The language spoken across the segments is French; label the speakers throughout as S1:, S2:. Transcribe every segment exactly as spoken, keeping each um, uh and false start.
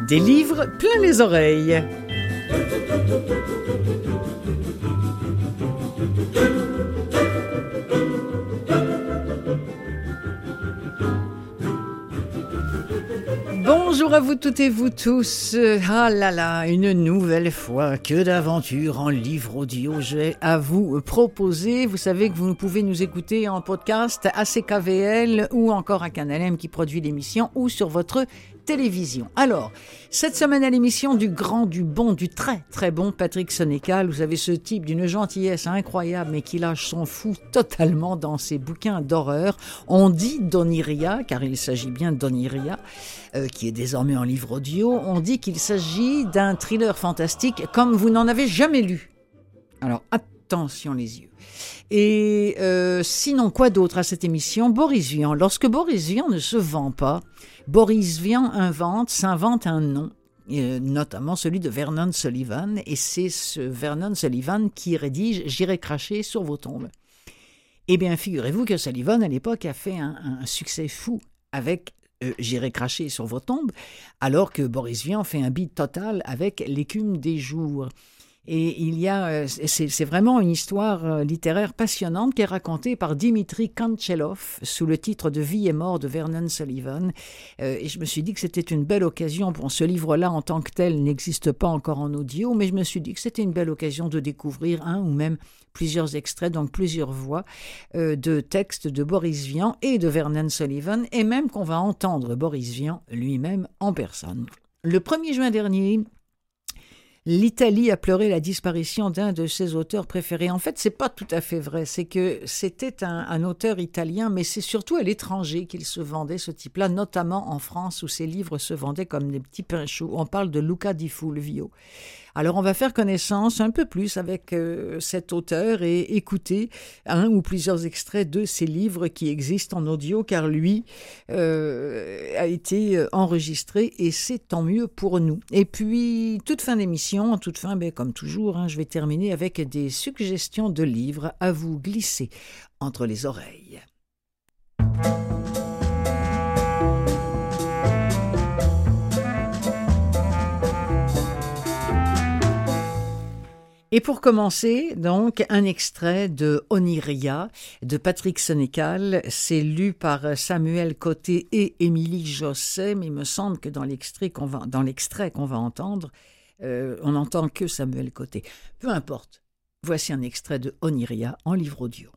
S1: Des livres plein les oreilles. Bonjour à vous toutes et vous tous. Ah là là, une nouvelle fois, que d'aventures en livre audio j'ai à vous proposer. Vous savez que vous pouvez nous écouter en podcast à C K V L ou encore à Canal M qui produit l'émission ou sur votre télévision. Alors, cette semaine à l'émission, du grand, du bon, du très très bon Patrick Sénécal. Vous avez ce type d'une gentillesse incroyable mais qui lâche son fou totalement dans ses bouquins d'horreur. On dit d'Oniria, car il s'agit bien d'Oniria, euh, qui est désormais en livre audio. On dit qu'il s'agit d'un thriller fantastique comme vous n'en avez jamais lu. Alors, attention les yeux. Et euh, sinon, quoi d'autre à cette émission? Boris Vian. Lorsque Boris Vian ne se vend pas, Boris Vian invente, s'invente un nom, euh, notamment celui de Vernon Sullivan, et c'est ce Vernon Sullivan qui rédige « J'irai cracher sur vos tombes ». Eh bien, figurez-vous que Sullivan, à l'époque, a fait un, un succès fou avec euh, « J'irai cracher sur vos tombes », alors que Boris Vian fait un beat total avec « L'écume des jours ». Et il y a, c'est, c'est vraiment une histoire littéraire passionnante qui est racontée par Dimitri Kanchelov sous le titre de Vie et mort de Vernon Sullivan. Euh, et je me suis dit que c'était une belle occasion. Bon, ce livre-là en tant que tel n'existe pas encore en audio, mais je me suis dit que c'était une belle occasion de découvrir un ou même plusieurs extraits, donc plusieurs voix euh, de textes de Boris Vian et de Vernon Sullivan, et même qu'on va entendre Boris Vian lui-même en personne. Le premier juin dernier, l'Italie a pleuré la disparition d'un de ses auteurs préférés. En fait, c'est pas tout à fait vrai. C'est que c'était un, un auteur italien, mais c'est surtout à l'étranger qu'il se vendait, ce type-là, notamment en France, où ses livres se vendaient comme des petits pains chauds. On parle de Luca Di Fulvio. Alors, on va faire connaissance un peu plus avec euh, cet auteur et écouter un ou plusieurs extraits de ses livres qui existent en audio, car lui euh, a été enregistré et c'est tant mieux pour nous. Et puis, toute fin d'émission, en toute fin, ben, comme toujours, hein, je vais terminer avec des suggestions de livres à vous glisser entre les oreilles. Et pour commencer, donc, un extrait de Oniria de Patrick Sénécal. C'est lu par Samuel Côté et Émilie Josset, mais il me semble que dans l'extrait qu'on va, dans l'extrait qu'on va entendre, euh, on n'entend que Samuel Côté. Peu importe. Voici un extrait de Oniria en livre audio.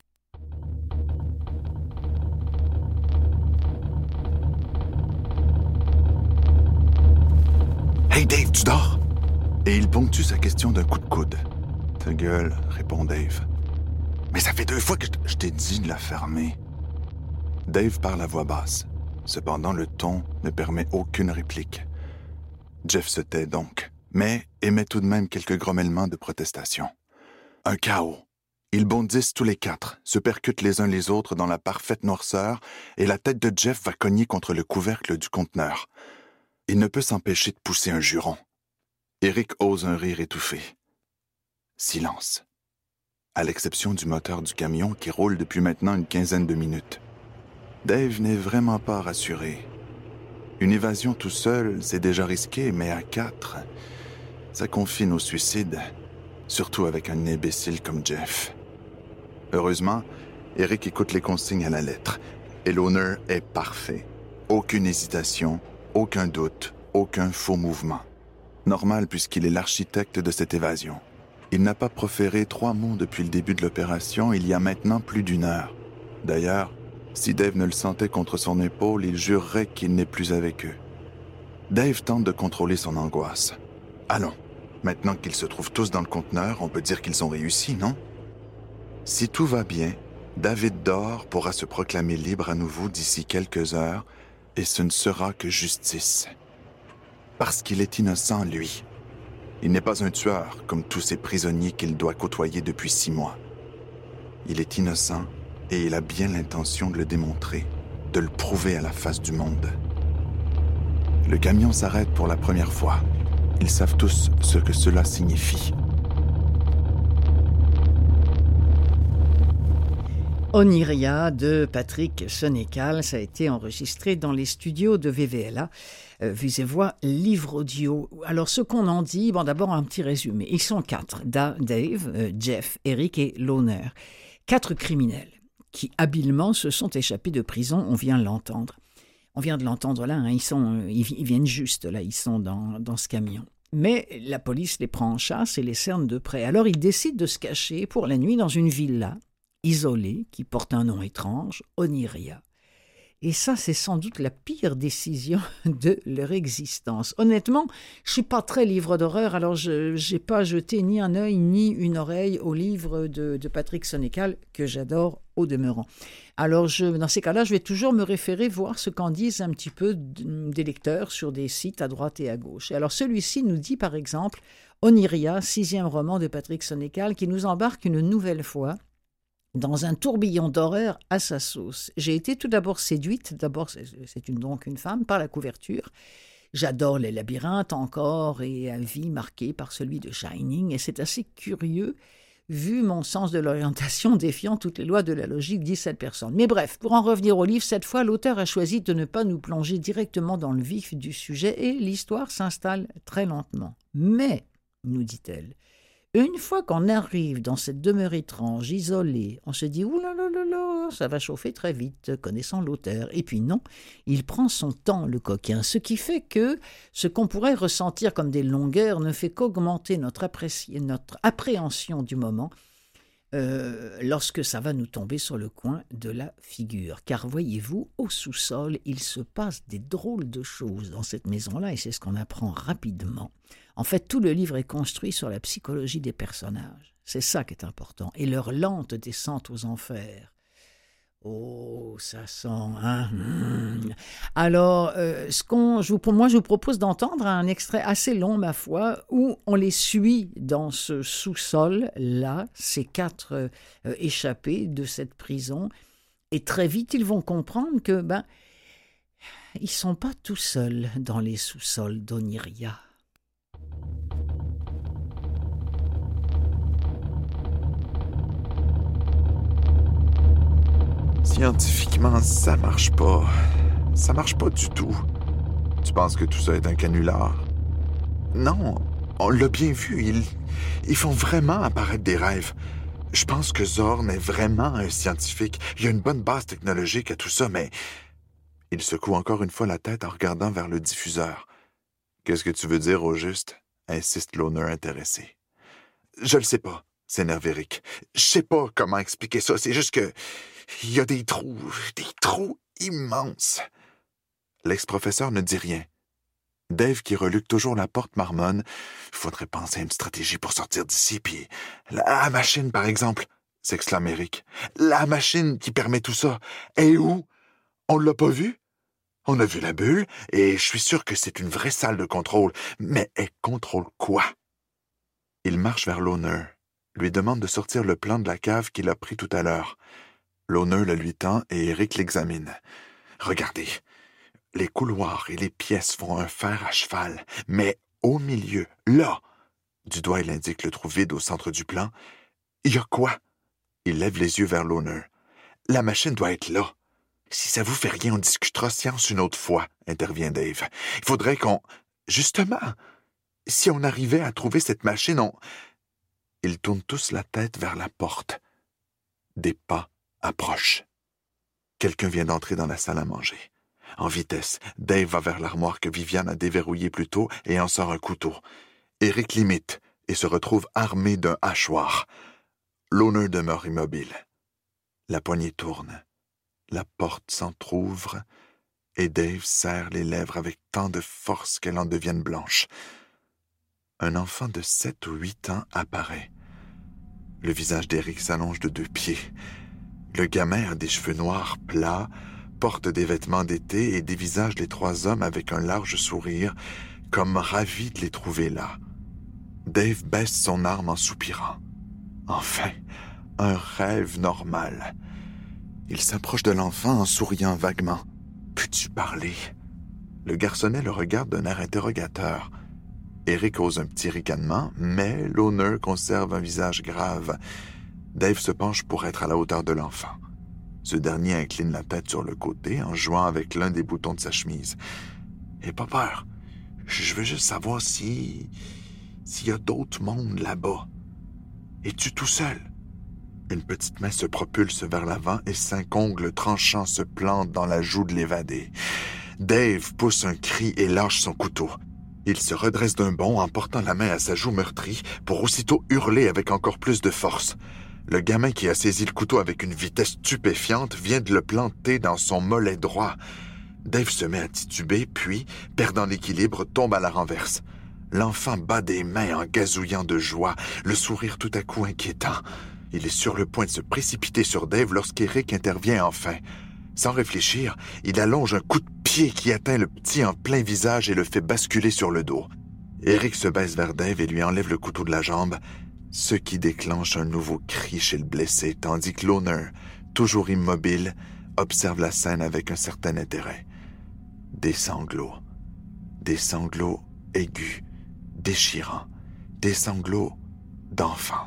S2: Hey Dave, tu dors? Et il ponctue sa question d'un coup de coude. « Ta gueule, » répond Dave. « Mais ça fait deux fois que je t'ai dit de la fermer. » Dave parle à voix basse. Cependant, le ton ne permet aucune réplique. Jeff se tait donc, mais émet tout de même quelques grommellements de protestation. Un chaos. Ils bondissent tous les quatre, se percutent les uns les autres dans la parfaite noirceur, et la tête de Jeff va cogner contre le couvercle du conteneur. Il ne peut s'empêcher de pousser un juron. Eric ose un rire étouffé. Silence. À l'exception du moteur du camion qui roule depuis maintenant une quinzaine de minutes. Dave n'est vraiment pas rassuré. Une évasion tout seul, c'est déjà risqué, mais à quatre, ça confine au suicide, surtout avec un imbécile comme Jeff. Heureusement, Eric écoute les consignes à la lettre, et l'honneur est parfait. Aucune hésitation, aucun doute, aucun faux mouvement. Normal puisqu'il est l'architecte de cette évasion. Il n'a pas proféré trois mots depuis le début de l'opération, il y a maintenant plus d'une heure. D'ailleurs, si Dave ne le sentait contre son épaule, il jurerait qu'il n'est plus avec eux. Dave tente de contrôler son angoisse. Allons, maintenant qu'ils se trouvent tous dans le conteneur, on peut dire qu'ils ont réussi, non? Si tout va bien, David Dorr pourra se proclamer libre à nouveau d'ici quelques heures, et ce ne sera que justice. Parce qu'il est innocent, lui. Il n'est pas un tueur, comme tous ces prisonniers qu'il doit côtoyer depuis six mois. Il est innocent, et il a bien l'intention de le démontrer, de le prouver à la face du monde. Le camion s'arrête pour la première fois. Ils savent tous ce que cela signifie.
S1: Oniria de Patrick Sénécal, ça a été enregistré dans les studios de V V L A, euh, Vues et Voix, livre audio. Alors ce qu'on en dit, bon d'abord un petit résumé. Ils sont quatre, Da, Dave, euh, Jeff, Eric et Loner. Quatre criminels qui habilement se sont échappés de prison, on vient de l'entendre. On vient de l'entendre là, hein, ils, sont, ils viennent juste là, ils sont dans, dans ce camion. Mais la police les prend en chasse et les cerne de près. Alors ils décident de se cacher pour la nuit dans une villa isolée qui porte un nom étrange, Oniria. Et ça, c'est sans doute la pire décision de leur existence. Honnêtement, je ne suis pas très livre d'horreur, alors je n'ai pas jeté ni un œil ni une oreille au livre de, de Patrick Sénécal, que j'adore au demeurant. Alors, je, dans ces cas-là, je vais toujours me référer, voir ce qu'en disent un petit peu des lecteurs sur des sites à droite et à gauche. Et alors, celui-ci nous dit, par exemple, Oniria, sixième roman de Patrick Sénécal, qui nous embarque une nouvelle fois dans un tourbillon d'horreur à sa sauce. J'ai été tout d'abord séduite, d'abord c'est, c'est une, donc une femme, par la couverture. J'adore les labyrinthes encore et à vie marquée par celui de Shining, et c'est assez curieux vu mon sens de l'orientation défiant toutes les lois de la logique, dit cette personne. Mais bref, pour en revenir au livre, cette fois, l'auteur a choisi de ne pas nous plonger directement dans le vif du sujet et l'histoire s'installe très lentement. Mais, nous dit-elle, une fois qu'on arrive dans cette demeure étrange, isolée, on se dit « Ouh là là là là, ça va chauffer très vite, connaissant l'auteur. » Et puis non, il prend son temps, le coquin, ce qui fait que ce qu'on pourrait ressentir comme des longueurs ne fait qu'augmenter notre, appréci- notre appréhension du moment euh, lorsque ça va nous tomber sur le coin de la figure. Car voyez-vous, au sous-sol, il se passe des drôles de choses dans cette maison-là, et c'est ce qu'on apprend rapidement. En fait, tout le livre est construit sur la psychologie des personnages. C'est ça qui est important. Et leur lente descente aux enfers. Oh, ça sent... Hein? Mmh. Alors, euh, ce qu'on, je vous, moi, je vous propose d'entendre un extrait assez long, ma foi, où on les suit dans ce sous-sol-là, ces quatre euh, échappés de cette prison. Et très vite, ils vont comprendre que, ben, ils ne sont pas tout seuls dans les sous-sols d'Oniria.
S2: Scientifiquement, ça marche pas. Ça marche pas du tout. Tu penses que tout ça est un canular? Non, on l'a bien vu. Ils, ils font vraiment apparaître des rêves. Je pense que Zorn est vraiment un scientifique. Il y a une bonne base technologique à tout ça, mais il secoue encore une fois la tête en regardant vers le diffuseur. Qu'est-ce que tu veux dire au juste? Insiste Loner intéressé. Je le sais pas, s'énerve Eric. Je sais pas comment expliquer ça. C'est juste que il y a des trous, des trous immenses. L'ex-professeur ne dit rien. Dave, qui reluque toujours la porte, marmonne. Faudrait penser à une stratégie pour sortir d'ici, puis la machine, par exemple, s'exclame Eric. La machine qui permet tout ça. Et où? On l'a pas vue? On a vu la bulle, et je suis sûr que c'est une vraie salle de contrôle. Mais elle contrôle quoi? Il marche vers Loner, lui demande de sortir le plan de la cave qu'il a pris tout à l'heure. Loner le lui tend et Eric l'examine. Regardez, les couloirs et les pièces font un fer à cheval, mais au milieu, là, du doigt il indique le trou vide au centre du plan, il y a quoi? Il lève les yeux vers Loner. La machine doit être là. Si ça vous fait rien, on discutera science une autre fois, intervient Dave. Il faudrait qu'on... Justement, si on arrivait à trouver cette machine, on... Ils tournent tous la tête vers la porte. Des pas approchent. Quelqu'un vient d'entrer dans la salle à manger. En vitesse, Dave va vers l'armoire que Viviane a déverrouillée plus tôt et en sort un couteau. Eric l'imite et se retrouve armé d'un hachoir. Loner demeure immobile. La poignée tourne. La porte s'entr'ouvre et Dave serre les lèvres avec tant de force qu'elles en deviennent blanches. Un enfant de sept ou huit ans apparaît. Le visage d'Eric s'allonge de deux pieds. Le gamin a des cheveux noirs plats, porte des vêtements d'été et dévisage les trois hommes avec un large sourire, comme ravi de les trouver là. Dave baisse son arme en soupirant. Enfin, un rêve normal. Il s'approche de l'enfant en souriant vaguement. « Peux-tu parler? » Le garçonnet le regarde d'un air interrogateur. Eric ose un petit ricanement, mais Loner conserve un visage grave. Dave se penche pour être à la hauteur de l'enfant. Ce dernier incline la tête sur le côté en jouant avec l'un des boutons de sa chemise. « Aie pas peur. Je veux juste savoir si... s'il y a d'autres mondes là-bas. Es-tu tout seul? » Une petite main se propulse vers l'avant et cinq ongles tranchants se plantent dans la joue de l'évadé. Dave pousse un cri et lâche son couteau. Il se redresse d'un bond en portant la main à sa joue meurtrie pour aussitôt hurler avec encore plus de force. Le gamin qui a saisi le couteau avec une vitesse stupéfiante vient de le planter dans son mollet droit. Dave se met à tituber, puis, perdant l'équilibre, tombe à la renverse. L'enfant bat des mains en gazouillant de joie, le sourire tout à coup inquiétant. Il est sur le point de se précipiter sur Dave lorsqu'Eric intervient enfin. Sans réfléchir, il allonge un coup de pied qui atteint le petit en plein visage et le fait basculer sur le dos. Eric se baisse vers Dave et lui enlève le couteau de la jambe, ce qui déclenche un nouveau cri chez le blessé, tandis que l'honneur, toujours immobile, observe la scène avec un certain intérêt. Des sanglots. Des sanglots aigus, déchirants. Des sanglots d'enfant.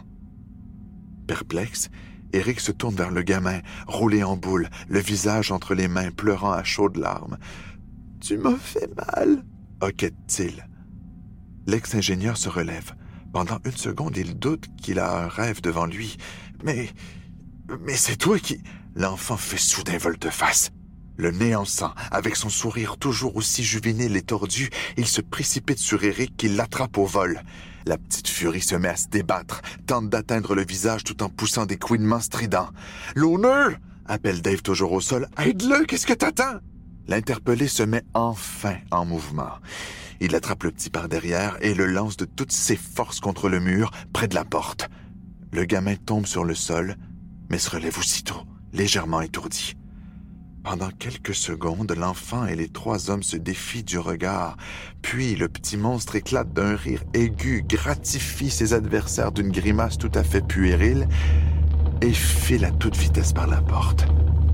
S2: Perplexe, Eric se tourne vers le gamin, roulé en boule, le visage entre les mains, pleurant à chaudes larmes. « Tu m'as fait mal !» hoquette-t-il. L'ex-ingénieur se relève. Pendant une seconde, il doute qu'il a un rêve devant lui. « Mais... mais c'est toi qui... » L'enfant fait soudain volte-face. Le nez en sang, avec son sourire toujours aussi juvénile et tordu, il se précipite sur Eric qui l'attrape au vol. La petite furie se met à se débattre, tente d'atteindre le visage tout en poussant des couinements stridents. « L'honneur !» appelle Dave toujours au sol. « Aide-le, qu'est-ce que t'attends ?» L'interpellé se met enfin en mouvement. Il attrape le petit par derrière et le lance de toutes ses forces contre le mur, près de la porte. Le gamin tombe sur le sol, mais se relève aussitôt, légèrement étourdi. Pendant quelques secondes, l'enfant et les trois hommes se défient du regard. Puis le petit monstre éclate d'un rire aigu, gratifie ses adversaires d'une grimace tout à fait puérile et file à toute vitesse par la porte.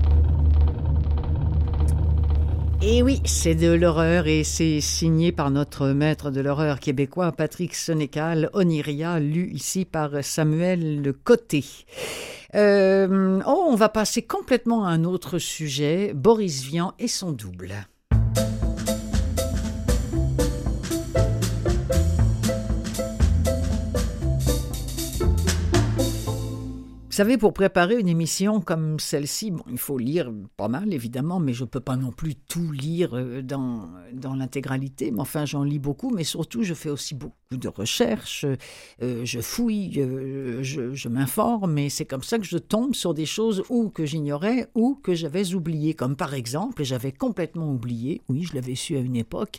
S1: Et oui, c'est de l'horreur et c'est signé par notre maître de l'horreur québécois, Patrick Sénécal, Oniria, lu ici par Samuel Côté. Euh, oh, on va passer complètement à un autre sujet, Boris Vian et son double. Vous savez, pour préparer une émission comme celle-ci, bon, il faut lire pas mal, évidemment, mais je ne peux pas non plus tout lire dans, dans l'intégralité. Mais enfin, j'en lis beaucoup, mais surtout, je fais aussi beaucoup de recherches. Euh, je fouille, euh, je, je m'informe, et c'est comme ça que je tombe sur des choses ou que j'ignorais ou que j'avais oubliées. Comme par exemple, j'avais complètement oublié, oui, je l'avais su à une époque,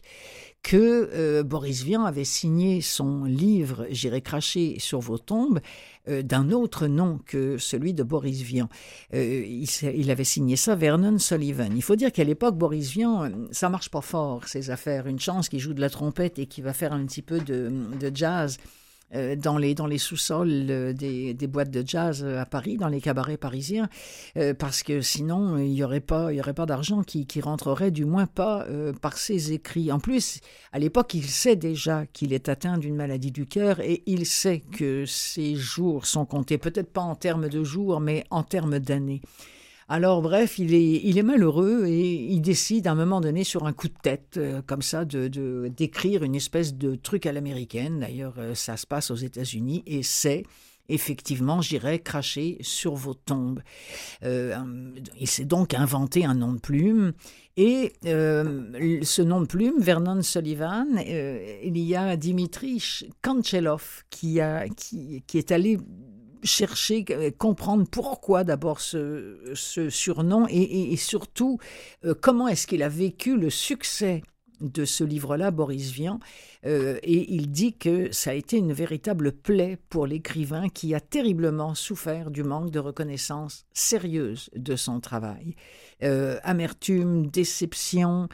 S1: que euh, Boris Vian avait signé son livre « J'irai cracher sur vos tombes » euh, d'un autre nom que celui de Boris Vian. Euh, il, il avait signé ça Vernon Sullivan. Il faut dire qu'à l'époque, Boris Vian, ça marche pas fort, ces affaires. Une chance qu'il joue de la trompette et qu'il va faire un petit peu de, de jazz euh, dans les, dans les sous-sols euh, des, des boîtes de jazz à Paris, dans les cabarets parisiens, euh, parce que sinon, il n'y aurait pas, il y aurait pas d'argent qui, qui rentrerait, du moins pas euh, par ses écrits. En plus, à l'époque, il sait déjà qu'il est atteint d'une maladie du cœur et il sait que ses jours sont comptés, peut-être pas en termes de jours, mais en termes d'années. Alors bref, il est, il est malheureux et il décide à un moment donné sur un coup de tête, euh, comme ça, de, de, d'écrire une espèce de truc à l'américaine. D'ailleurs, euh, ça se passe aux États-Unis et c'est effectivement, j'irai cracher sur vos tombes. Euh, il s'est donc inventé un nom de plume et euh, ce nom de plume, Vernon Sullivan, euh, il y a Dimitri Kanchelov qui, a, qui, qui est allé chercher, comprendre pourquoi d'abord ce, ce surnom et, et, et surtout euh, comment est-ce qu'il a vécu le succès de ce livre-là, Boris Vian, euh, et il dit que ça a été une véritable plaie pour l'écrivain qui a terriblement souffert du manque de reconnaissance sérieuse de son travail. Euh, amertume, déception,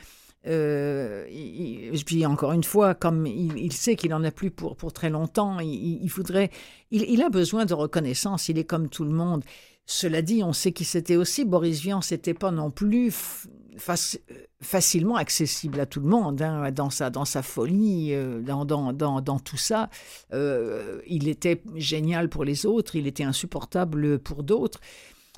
S1: Euh, et puis encore une fois, comme il, il sait qu'il n'en a plus pour, pour très longtemps, il, il voudrait, il, il a besoin de reconnaissance, il est comme tout le monde. Cela dit, on sait qui c'était aussi. Boris Vian, c'était pas non plus fac, facilement accessible à tout le monde, hein, dans sa, dans sa folie, euh, dans, dans, dans, dans tout ça. Euh, il était génial pour les autres, il était insupportable pour d'autres.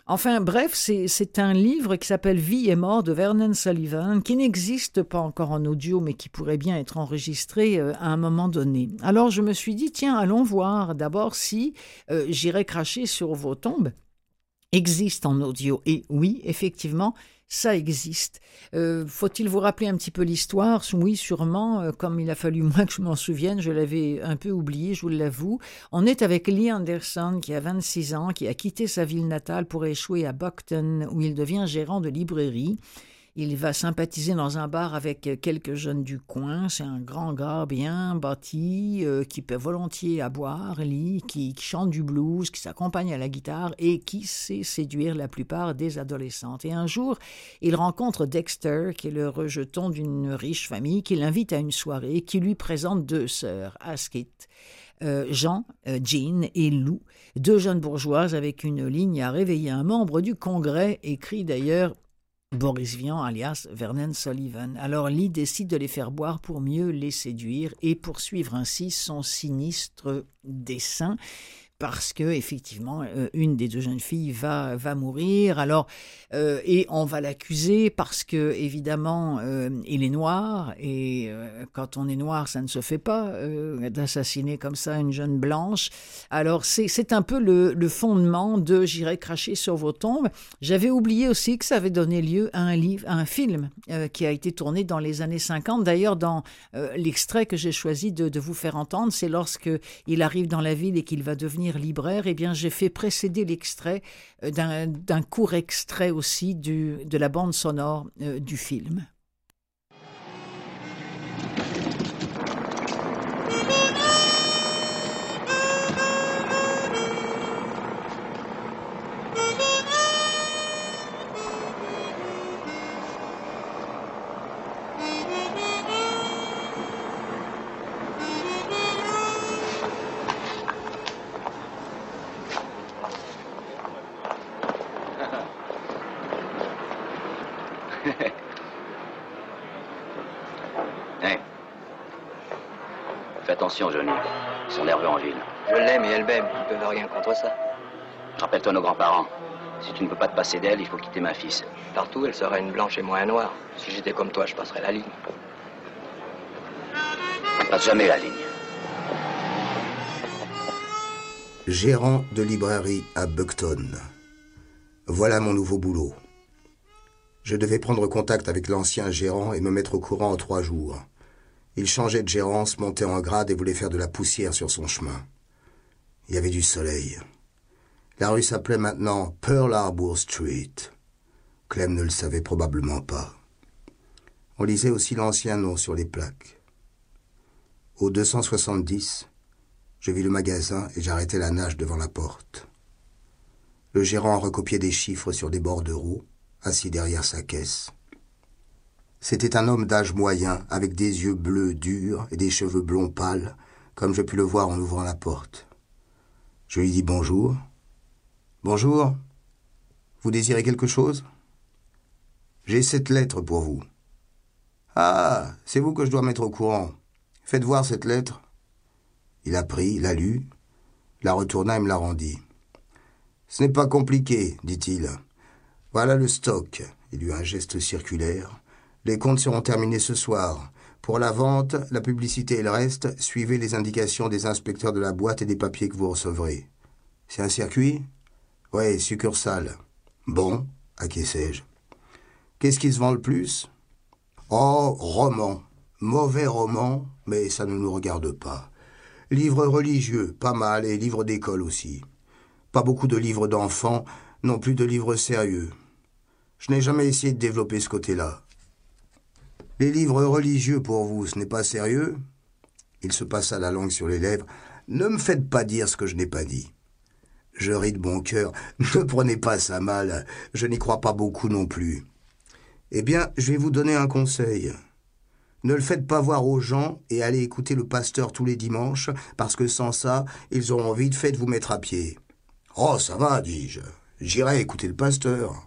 S1: Enfin bref, c'est, c'est un livre qui s'appelle « Vie et mort » de Vernon Sullivan, qui n'existe pas encore en audio, mais qui pourrait bien être enregistré euh, à un moment donné. Alors je me suis dit, tiens, allons voir d'abord si euh, J'irai cracher sur vos tombes existe en audio. Et oui, effectivement, ça existe. Euh, faut-il vous rappeler un petit peu l'histoire? Oui, sûrement, euh, comme il a fallu moi que je m'en souvienne, je l'avais un peu oublié, je vous l'avoue. On est avec Lee Anderson, qui a vingt-six ans, qui a quitté sa ville natale pour échouer à Buckton, où il devient gérant de librairie. Il va sympathiser dans un bar avec quelques jeunes du coin. C'est un grand gars bien bâti, euh, qui peut volontiers à boire, Lee, qui, qui chante du blues, qui s'accompagne à la guitare et qui sait séduire la plupart des adolescentes. Et un jour, il rencontre Dexter, qui est le rejeton d'une riche famille, qui l'invite à une soirée, qui lui présente deux sœurs, Asquith. Euh, Jean, euh, Jean et Lou, deux jeunes bourgeoises avec une ligne à réveiller un membre du Congrès, écrit d'ailleurs Boris Vian, alias Vernon Sullivan. Alors Lee décide de les faire boire pour mieux les séduire et poursuivre ainsi son sinistre dessein, parce que effectivement euh, une des deux jeunes filles va va mourir. Alors euh, et on va l'accuser parce que évidemment euh, il est noir et euh, quand on est noir ça ne se fait pas euh, d'assassiner comme ça une jeune blanche. Alors c'est c'est un peu le le fondement de J'irai cracher sur vos tombes. J'avais oublié aussi que ça avait donné lieu à un livre, à un film euh, qui a été tourné dans les années cinquante. D'ailleurs dans euh, l'extrait que j'ai choisi de de vous faire entendre, c'est lorsque il arrive dans la ville et qu'il va devenir libraire, eh bien, j'ai fait précéder l'extrait d'un, d'un court extrait aussi du, de la bande sonore euh, du film.
S3: Hey. Fais attention, Johnny. Ils sont nerveux en ville.
S4: Je l'aime et elle m'aime. Ils ne peuvent rien contre ça.
S3: Rappelle-toi nos grands-parents. Si tu ne peux pas te passer d'elle, il faut quitter ma fils.
S4: Partout, elle serait une blanche et moi un noir. Si j'étais comme toi, je passerais la ligne.
S3: On passe jamais la ligne.
S5: Gérant de librairie à Buckton. Voilà mon nouveau boulot. Je devais prendre contact avec l'ancien gérant et me mettre au courant en trois jours. Il changeait de gérance, montait en grade et voulait faire de la poussière sur son chemin. Il y avait du soleil. La rue s'appelait maintenant Pearl Harbor Street. Clem ne le savait probablement pas. On lisait aussi l'ancien nom sur les plaques. Au deux cent soixante-dix, je vis le magasin et j'arrêtai la nage devant la porte. Le gérant recopiait des chiffres sur des bordereaux, assis derrière sa caisse. C'était un homme d'âge moyen, avec des yeux bleus durs et des cheveux blonds pâles, comme je pus le voir en ouvrant la porte. Je lui dis bonjour. « Bonjour. Vous désirez quelque chose ? J'ai cette lettre pour vous. »« Ah, c'est vous que je dois mettre au courant. Faites voir cette lettre. » Il a pris, l'a lue, la retourna et me la rendit. « Ce n'est pas compliqué, dit-il. Voilà le stock. » Il eut un geste circulaire. « Les comptes seront terminés ce soir. Pour la vente, la publicité et le reste, suivez les indications des inspecteurs de la boîte et des papiers que vous recevrez. C'est un circuit ? Ouais, succursale. Bon, acquiesçai-je. Qu'est-ce qui se vend le plus ? Oh, roman. Mauvais roman, mais ça ne nous regarde pas. Livres religieux, pas mal, et livres d'école aussi. Pas beaucoup de livres d'enfants, non plus de livres sérieux. Je n'ai jamais essayé de développer ce côté-là. Les livres religieux pour vous, ce n'est pas sérieux ? Il se passa la langue sur les lèvres. Ne me faites pas dire ce que je n'ai pas dit. Je ris de bon cœur. Ne prenez pas ça mal. Je n'y crois pas beaucoup non plus. Eh bien, je vais vous donner un conseil. Ne le faites pas voir aux gens et allez écouter le pasteur tous les dimanches, parce que sans ça, ils auront vite fait de vous mettre à pied. Oh, ça va, dis-je. J'irai écouter le pasteur.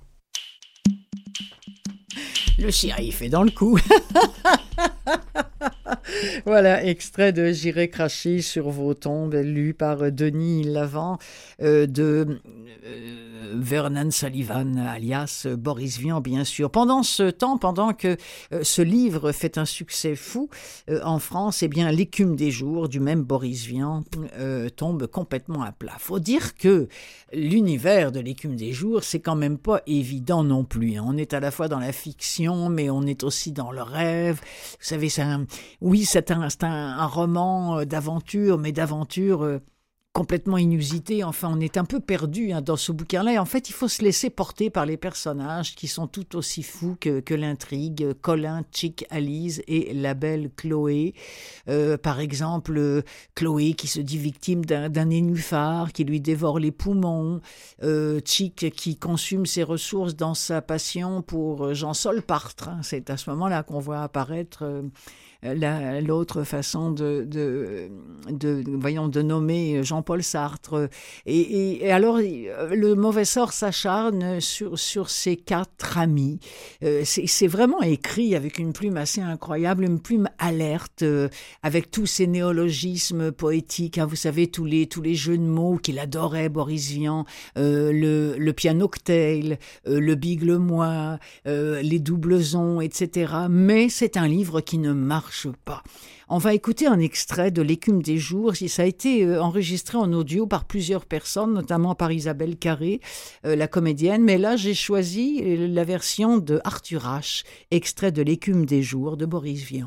S1: Le shérif est dans le coup. Voilà, extrait de J'irai cracher sur vos tombes, lu par Denis Lavant, euh, de euh, Vernon Sullivan, alias Boris Vian, bien sûr. Pendant ce temps, pendant que euh, ce livre fait un succès fou euh, en France, eh bien, L'écume des jours, du même Boris Vian, euh, tombe complètement à plat. Faut dire que l'univers de L'écume des jours, c'est quand même pas évident non plus. On est à la fois dans la fiction, mais on est aussi dans le rêve. Vous savez, c'est un... oui, c'est un, c'est un, un roman d'aventure, mais d'aventure euh, complètement inusité. Enfin, on est un peu perdu hein, dans ce bouquin-là. Et en fait, il faut se laisser porter par les personnages qui sont tout aussi fous que, que l'intrigue. Colin, Chick, Alice et la belle Chloé. Euh, par exemple, euh, Chloé qui se dit victime d'un, d'un nénuphar qui lui dévore les poumons. Euh, Chick qui consume ses ressources dans sa passion pour Jean Solpartre. Hein. C'est à ce moment-là qu'on voit apparaître... Euh, La, l'autre façon de, de, de, voyons, de nommer Jean-Paul Sartre. Et, et, et alors, le mauvais sort s'acharne sur, sur ces quatre amis. Euh, c'est, c'est vraiment écrit avec une plume assez incroyable, une plume alerte, euh, avec tous ces néologismes poétiques. Hein, vous savez, tous les, tous les jeux de mots qu'il adorait, Boris Vian, euh, le, le piano-cocktail, euh, le bigle-moi, euh, les doublesons, et cetera. Mais c'est un livre qui ne marche pas. On va écouter un extrait de L'écume des jours. Ça a été enregistré en audio par plusieurs personnes, notamment par Isabelle Carré, euh, la comédienne. Mais là, j'ai choisi la version de Arthur H, extrait de L'écume des jours de Boris Vian.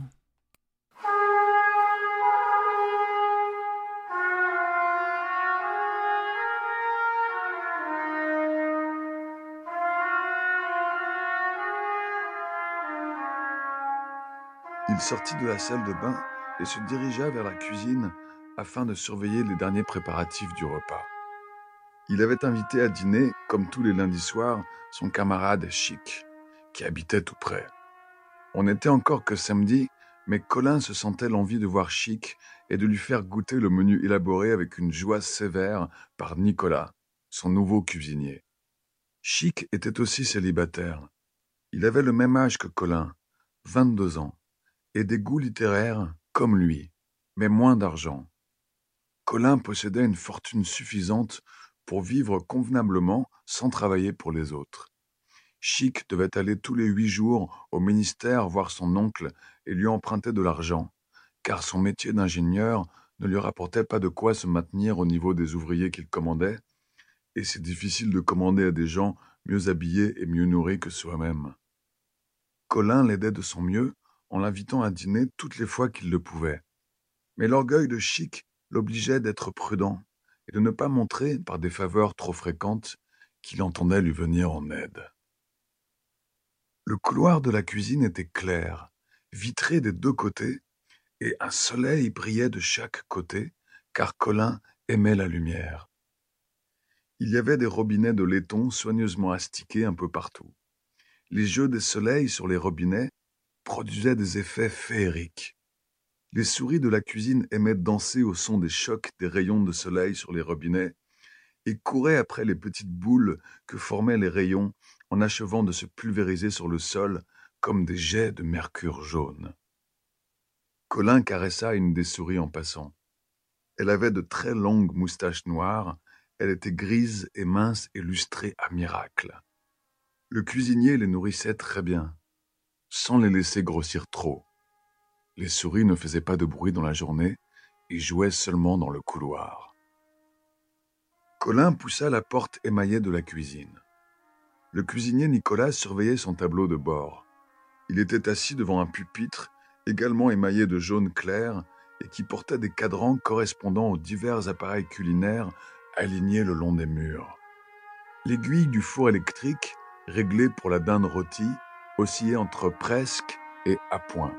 S2: Il sortit de la salle de bain et se dirigea vers la cuisine afin de surveiller les derniers préparatifs du repas. Il avait invité à dîner, comme tous les lundis soirs, son camarade Chick, qui habitait tout près. On n'était encore que samedi, mais Colin se sentait l'envie de voir Chick et de lui faire goûter le menu élaboré avec une joie sévère par Nicolas, son nouveau cuisinier. Chick était aussi célibataire. Il avait le même âge que Colin, vingt-deux ans. Et des goûts littéraires comme lui, mais moins d'argent. Colin possédait une fortune suffisante pour vivre convenablement sans travailler pour les autres. Chick devait aller tous les huit jours au ministère voir son oncle et lui emprunter de l'argent, car son métier d'ingénieur ne lui rapportait pas de quoi se maintenir au niveau des ouvriers qu'il commandait, et c'est difficile de commander à des gens mieux habillés et mieux nourris que soi-même. Colin l'aidait de son mieux, en l'invitant à dîner toutes les fois qu'il le pouvait. Mais l'orgueil de Chick l'obligeait d'être prudent et de ne pas montrer, par des faveurs trop fréquentes, qu'il entendait lui venir en aide. Le couloir de la cuisine était clair, vitré des deux côtés, et un soleil brillait de chaque côté, car Colin aimait la lumière. Il y avait des robinets de laiton soigneusement astiqués un peu partout. Les jeux des soleils sur les robinets produisait des effets féeriques. Les souris de la cuisine aimaient danser au son des chocs des rayons de soleil sur les robinets et couraient après les petites boules que formaient les rayons en achevant de se pulvériser sur le sol comme des jets de mercure jaune. Colin caressa une des souris en passant. Elle avait de très longues moustaches noires, elle était grise et mince et lustrée à miracle. Le cuisinier les nourrissait très bien, sans les laisser grossir trop. Les souris ne faisaient pas de bruit dans la journée et jouaient seulement dans le couloir. Colin poussa la porte émaillée de la cuisine. Le cuisinier Nicolas surveillait son tableau de bord. Il était assis devant un pupitre, également émaillé de jaune clair, et qui portait des cadrans correspondant aux divers appareils culinaires alignés le long des murs. L'aiguille du four électrique, réglée pour la dinde rôtie, oscillait entre presque et à point.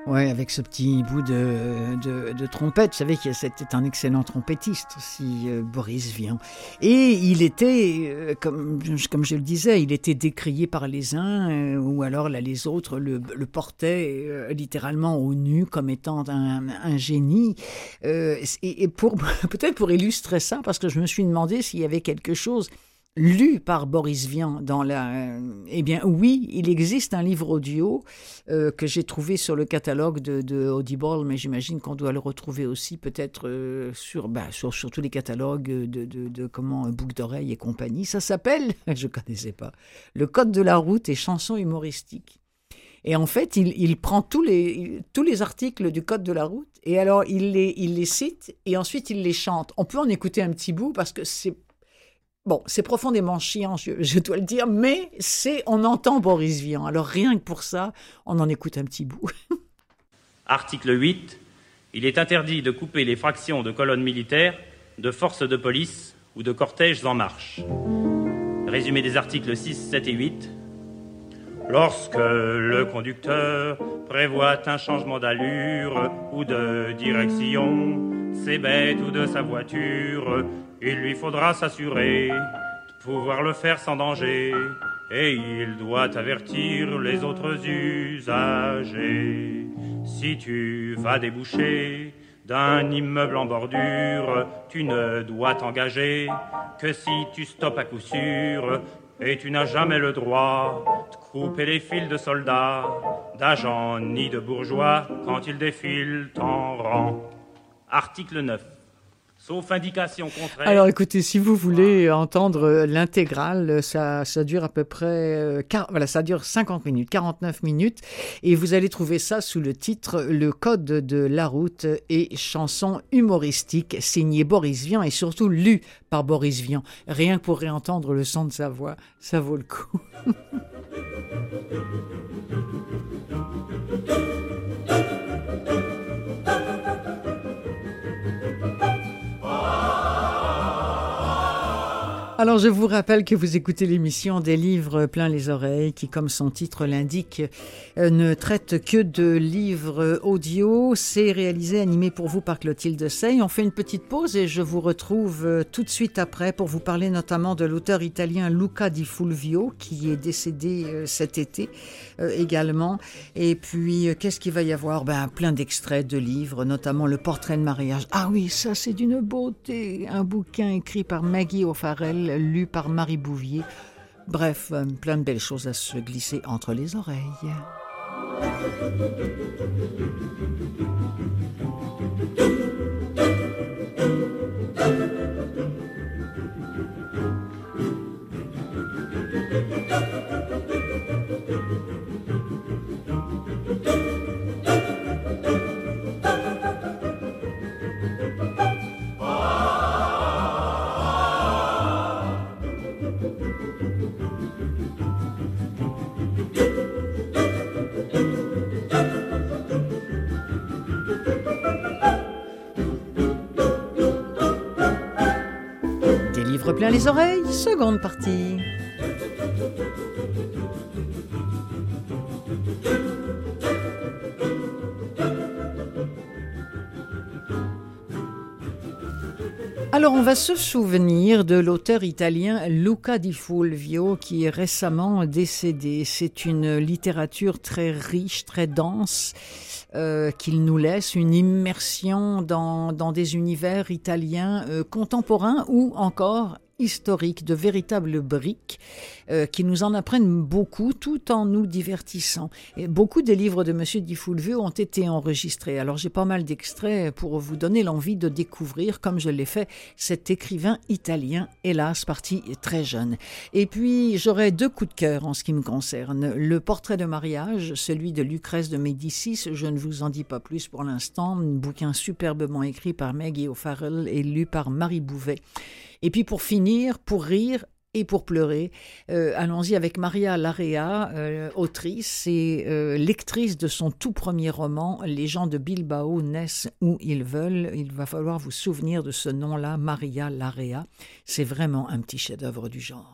S1: Ouais, avec ce petit bout de, de, de trompette. Vous savez que c'était un excellent trompettiste aussi, euh, Boris Vian. Et il était, euh, comme, comme je le disais, il était décrié par les uns, euh, ou alors là, les autres le, le portaient euh, littéralement au nu comme étant un, un génie. Euh, et, et pour, peut-être pour illustrer ça, parce que je me suis demandé s'il y avait quelque chose lu par Boris Vian dans la... Euh, eh bien, oui, il existe un livre audio euh, que j'ai trouvé sur le catalogue de, de Audible, mais j'imagine qu'on doit le retrouver aussi peut-être euh, sur, bah, sur, sur tous les catalogues de, de, de, de comment, Boucle d'oreille et compagnie. Ça s'appelle, je ne connaissais pas, Le Code de la route et chansons humoristiques. Et en fait, il, il prend tous les, tous les articles du Code de la route et alors il les, il les cite et ensuite il les chante. On peut en écouter un petit bout parce que c'est Bon, c'est profondément chiant, je, je dois le dire, mais c'est, on entend Boris Vian. Alors rien que pour ça, on en écoute un petit bout.
S6: Article huit. Il est interdit de couper les fractions de colonnes militaires, de forces de police ou de cortèges en marche. Résumé des articles six, sept et huit. Lorsque le conducteur prévoit un changement d'allure ou de direction, ses bêtes ou de sa voiture, il lui faudra s'assurer de pouvoir le faire sans danger et il doit avertir les autres usagers. Si tu vas déboucher d'un immeuble en bordure, tu ne dois t'engager que si tu stoppes à coup sûr et tu n'as jamais le droit de couper les fils de soldats, d'agents ni de bourgeois quand ils défilent en rang. Article neuf. Sauf indication contraire.
S1: Alors écoutez, si vous voulez entendre l'intégrale, ça, ça dure à peu près, euh, car, voilà, ça dure cinquante minutes, quarante-neuf minutes, et vous allez trouver ça sous le titre Le Code de la route et chansons humoristiques, signé Boris Vian et surtout lu par Boris Vian. Rien que pour réentendre le son de sa voix, ça vaut le coup. Alors, je vous rappelle que vous écoutez l'émission Des livres plein les oreilles qui, comme son titre l'indique, euh, ne traite que de livres audio. C'est réalisé, animé pour vous par Clotilde Sey. On fait une petite pause et je vous retrouve euh, tout de suite après pour vous parler notamment de l'auteur italien Luca Di Fulvio qui est décédé euh, cet été euh, également. Et puis, euh, qu'est-ce qu'il va y avoir? Ben, plein d'extraits de livres, notamment Le Portrait de mariage. Ah oui, ça c'est d'une beauté. Un bouquin écrit par Maggie O'Farrell, lu par Marie Bouvier. Bref, plein de belles choses à se glisser entre les oreilles. Plein les oreilles, seconde partie. Alors, on va se souvenir de l'auteur italien Luca Di Fulvio qui est récemment décédé. C'est une littérature très riche, très dense, euh, qu'il nous laisse, une immersion dans, dans des univers italiens euh, contemporains ou encore historiques, de véritables briques euh, qui nous en apprennent beaucoup tout en nous divertissant. Et beaucoup des livres de Monsieur Di Fulvio ont été enregistrés. Alors j'ai pas mal d'extraits pour vous donner l'envie de découvrir, comme je l'ai fait, cet écrivain italien, hélas parti très jeune. Et puis j'aurais deux coups de cœur en ce qui me concerne. Le Portrait de mariage, celui de Lucrèce de Médicis, je ne vous en dis pas plus pour l'instant, un bouquin superbement écrit par Maggie O'Farrell et lu par Marie Bouvet. Et puis pour finir, pour rire et pour pleurer, euh, allons-y avec Maria Larrea, euh, autrice et euh, lectrice de son tout premier roman, Les gens de Bilbao naissent où ils veulent. Il va falloir vous souvenir de ce nom-là, Maria Larrea. C'est vraiment un petit chef-d'œuvre du genre.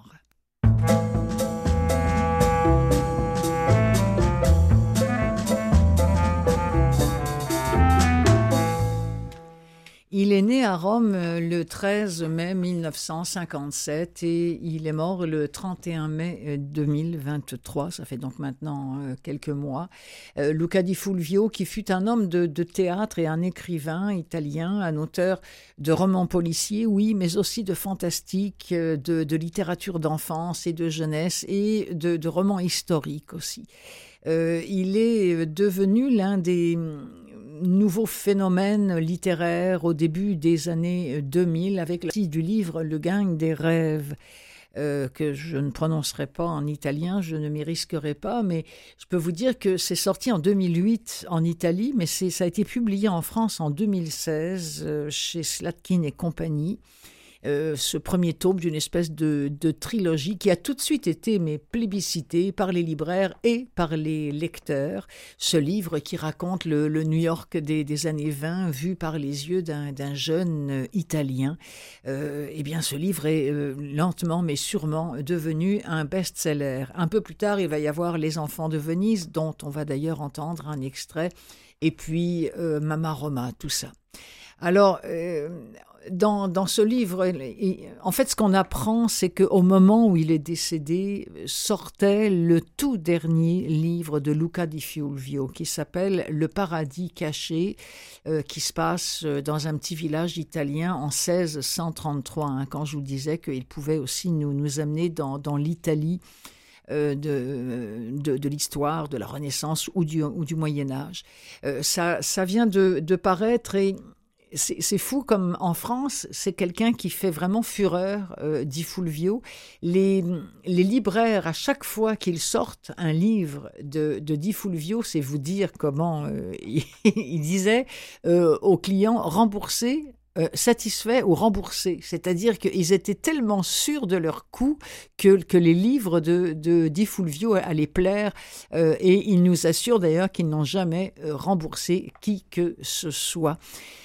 S1: Il est né à Rome le treize mai mille neuf cent cinquante-sept et il est mort le trente et un mai deux mille vingt-trois. Ça fait donc maintenant euh, quelques mois. Euh, Luca Di Fulvio, qui fut un homme de, de théâtre et un écrivain italien, un auteur de romans policiers, oui, mais aussi de fantastique, de, de littérature d'enfance et de jeunesse et de, de romans historiques aussi. Euh, il est devenu l'un des nouveaux phénomènes littéraires au début des années deux mille avec la sortie du livre Le Gang des rêves, euh, que je ne prononcerai pas en italien, je ne m'y risquerai pas, mais je peux vous dire que c'est sorti en deux mille huit en Italie, mais c'est, ça a été publié en France en deux mille seize euh, chez Slatkin et compagnie. Euh, ce premier tome d'une espèce de, de trilogie qui a tout de suite été mais plébiscité par les libraires et par les lecteurs. Ce livre qui raconte le, le New York des, des années vingt vu par les yeux d'un, d'un jeune euh, Italien. Euh, eh bien, ce livre est euh, lentement mais sûrement devenu un best-seller. Un peu plus tard, il va y avoir Les Enfants de Venise, dont on va d'ailleurs entendre un extrait, et puis euh, Mama Roma, tout ça. Alors, euh, dans, dans ce livre, en fait, ce qu'on apprend, c'est qu'au moment où il est décédé, sortait le tout dernier livre de Luca Di Fulvio, qui s'appelle Le Paradis caché, euh, qui se passe dans un petit village italien en seize cent trente-trois, hein, quand je vous disais qu'il pouvait aussi nous, nous amener dans, dans l'Italie Euh, de, de, de l'histoire, de la Renaissance ou du, ou du Moyen-Âge. Euh, ça, ça vient de, de paraître et c'est, c'est fou comme en France, c'est quelqu'un qui fait vraiment fureur, euh, Di Fulvio. Les, les libraires, à chaque fois qu'ils sortent un livre de, de Di Fulvio, c'est vous dire comment euh, il, il disait euh, aux clients remboursés, Euh, satisfaits ou remboursés. C'est-à-dire qu'ils étaient tellement sûrs de leur coût que, que les livres de, de Di Fulvio allaient plaire euh, et ils nous assurent d'ailleurs qu'ils n'ont jamais euh, remboursé qui que ce soit.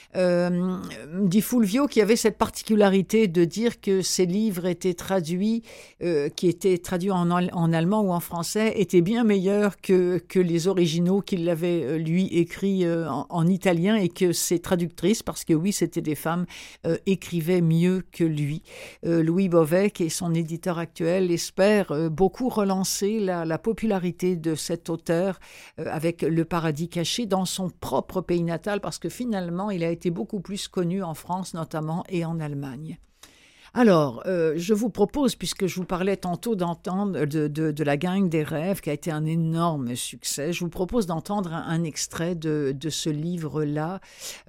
S1: Euh, Di Fulvio qui avait cette particularité de dire que ses livres étaient traduits, euh, qui étaient traduits en, en allemand ou en français, étaient bien meilleurs que, que les originaux qu'il avait lui écrits euh, en, en italien et que ses traductrices, parce que oui, c'était des femmes, euh, écrivaient mieux que lui. Euh, Louis Beauvais, qui est son éditeur actuel, espère euh, beaucoup relancer la, la popularité de cet auteur euh, avec Le Paradis caché dans son propre pays natal, parce que finalement, il a été été beaucoup plus connu en France notamment et en Allemagne. Alors, euh, je vous propose, puisque je vous parlais tantôt d'entendre de, de, de La Gang des rêves, qui a été un énorme succès, je vous propose d'entendre un, un extrait de, de ce livre-là,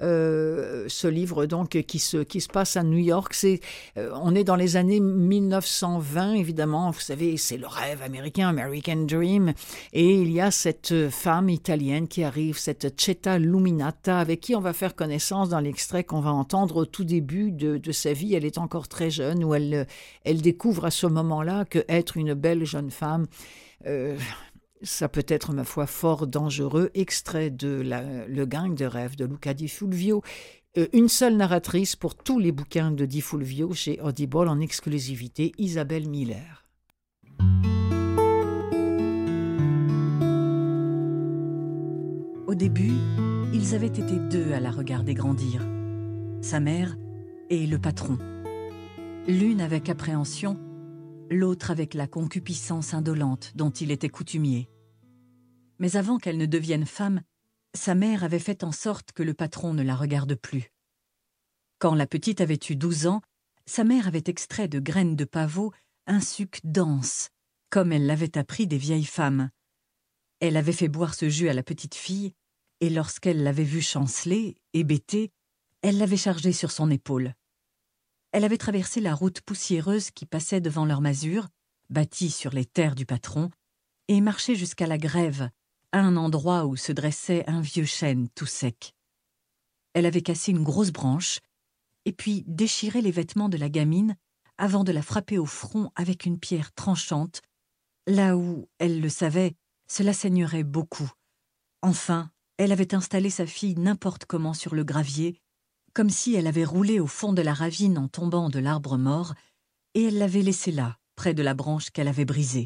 S1: euh, ce livre donc qui se, qui se passe à New York. C'est, euh, on est dans les années mille neuf cent vingt, évidemment, vous savez, c'est le rêve américain, American Dream, et il y a cette femme italienne qui arrive, cette Cetta Luminata, avec qui on va faire connaissance dans l'extrait qu'on va entendre au tout début de, de sa vie. Elle est encore très jeune, où elle, elle découvre à ce moment-là que être une belle jeune femme, euh, ça peut être, ma foi, fort dangereux. Extrait de la, Le Gang de rêve de Luca Di Fulvio. Euh, une seule narratrice pour tous les bouquins de Di Fulvio chez Audible en exclusivité, Isabelle Miller.
S7: Au début, ils avaient été deux à la regarder grandir, sa mère et le patron. L'une avec appréhension, l'autre avec la concupiscence indolente dont il était coutumier. Mais avant qu'elle ne devienne femme, sa mère avait fait en sorte que le patron ne la regarde plus. Quand la petite avait eu douze ans, sa mère avait extrait de graines de pavot un suc dense, comme elle l'avait appris des vieilles femmes. Elle avait fait boire ce jus à la petite fille, et lorsqu'elle l'avait vue chanceler, hébétée, elle l'avait chargé sur son épaule. Elle avait traversé la route poussiéreuse qui passait devant leur masure, bâtie sur les terres du patron, et marché jusqu'à la grève, à un endroit où se dressait un vieux chêne tout sec. Elle avait cassé une grosse branche, et puis déchiré les vêtements de la gamine avant de la frapper au front avec une pierre tranchante, là où, elle le savait, cela saignerait beaucoup. Enfin, elle avait installé sa fille n'importe comment sur le gravier, comme si elle avait roulé au fond de la ravine en tombant de l'arbre mort, et elle l'avait laissé là, près de la branche qu'elle avait brisée.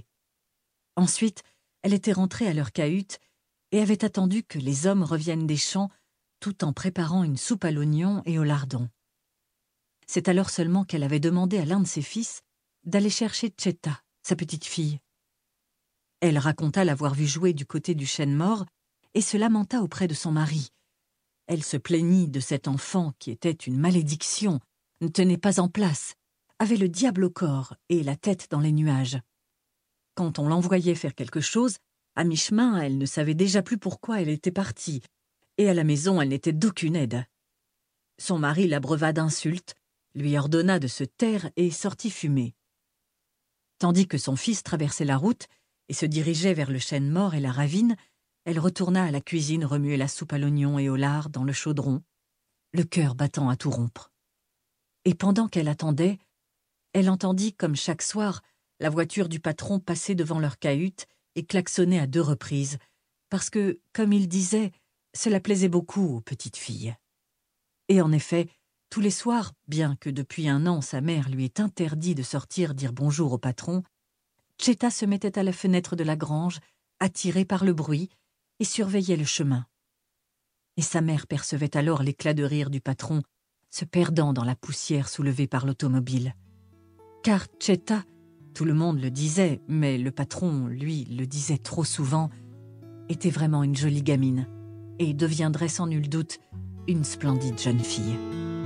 S7: Ensuite, elle était rentrée à leur cahute et avait attendu que les hommes reviennent des champs tout en préparant une soupe à l'oignon et au lardon. C'est alors seulement qu'elle avait demandé à l'un de ses fils d'aller chercher Tcheta, sa petite fille. Elle raconta l'avoir vue jouer du côté du chêne mort et se lamenta auprès de son mari. Elle se plaignit de cet enfant qui était une malédiction, ne tenait pas en place, avait le diable au corps et la tête dans les nuages. Quand on l'envoyait faire quelque chose, à mi-chemin, elle ne savait déjà plus pourquoi elle était partie, et à la maison, elle n'était d'aucune aide. Son mari l'abreuva d'insultes, lui ordonna de se taire et sortit fumer. Tandis que son fils traversait la route et se dirigeait vers le chêne mort et la ravine, elle retourna à la cuisine remuer la soupe à l'oignon et au lard dans le chaudron, le cœur battant à tout rompre. Et pendant qu'elle attendait, elle entendit, comme chaque soir, la voiture du patron passer devant leur cahute et klaxonner à deux reprises, parce que, comme il disait, cela plaisait beaucoup aux petites filles. Et en effet, tous les soirs, bien que depuis un an sa mère lui ait interdit de sortir dire bonjour au patron, Tcheta se mettait à la fenêtre de la grange, attirée par le bruit, et surveillait le chemin. Et sa mère percevait alors l'éclat de rire du patron, se perdant dans la poussière soulevée par l'automobile. Car Tcheta, tout le monde le disait, mais le patron, lui, le disait trop souvent, était vraiment une jolie gamine, et deviendrait sans nul doute une splendide jeune fille.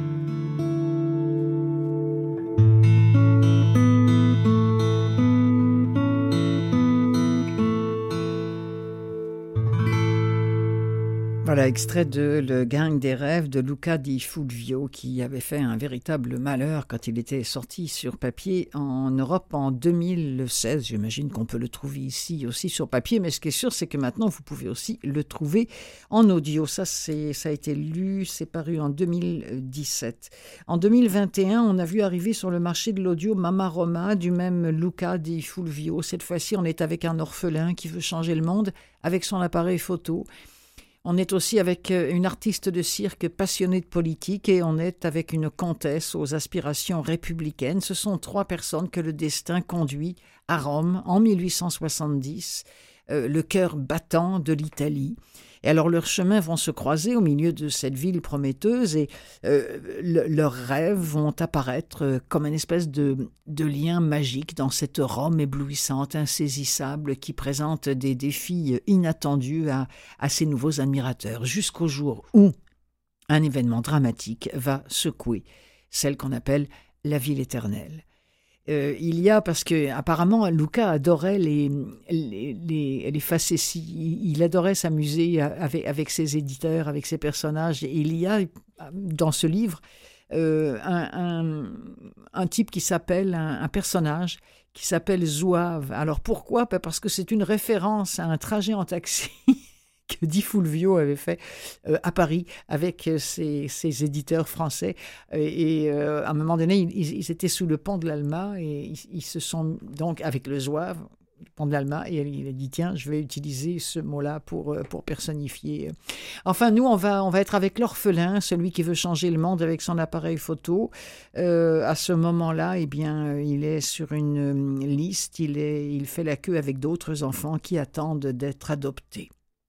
S1: Voilà, extrait de Le Gang des rêves de Luca Di Fulvio, qui avait fait un véritable malheur quand il était sorti sur papier en Europe en deux mille seize. J'imagine qu'on peut le trouver ici aussi sur papier, mais ce qui est sûr, c'est que maintenant, vous pouvez aussi le trouver en audio. Ça, c'est, ça a été lu, c'est paru en deux mille dix-sept. En deux mille vingt et un, on a vu arriver sur le marché de l'audio Mama Roma, du même Luca Di Fulvio. Cette fois-ci, on est avec un orphelin qui veut changer le monde avec son appareil photo. On est aussi avec une artiste de cirque passionnée de politique et on est avec une comtesse aux aspirations républicaines. Ce sont trois personnes que le destin conduit à Rome en mille huit cent soixante-dix, euh, le cœur battant de l'Italie. Et alors leurs chemins vont se croiser au milieu de cette ville prometteuse et euh, le, leurs rêves vont apparaître comme une espèce de, de lien magique dans cette Rome éblouissante, insaisissable, qui présente des défis inattendus à, à ses nouveaux admirateurs, jusqu'au jour où un événement dramatique va secouer celle qu'on appelle la ville éternelle. Euh, il y a, parce que apparemment Luca adorait les, les, les, les facéties, il adorait s'amuser avec, avec ses éditeurs, avec ses personnages. Et il y a dans ce livre euh, un, un, un type qui s'appelle, un, un personnage qui s'appelle Zouave. Alors pourquoi ? Parce que c'est une référence à un trajet en taxi que Di Fulvio avait fait euh, à Paris avec euh, ses, ses éditeurs français. Et, et euh, à un moment donné, ils, ils étaient sous le pont de l'Alma et ils, ils se sont donc, avec le Zouave, le pont de l'Alma, et il a dit, tiens, je vais utiliser ce mot-là pour, pour personnifier. Enfin, nous, on va, on va être avec l'orphelin, celui qui veut changer le monde avec son appareil photo. Euh, à ce moment-là, eh bien, il est sur une liste, il, est, il fait la queue avec d'autres enfants qui attendent d'être adoptés.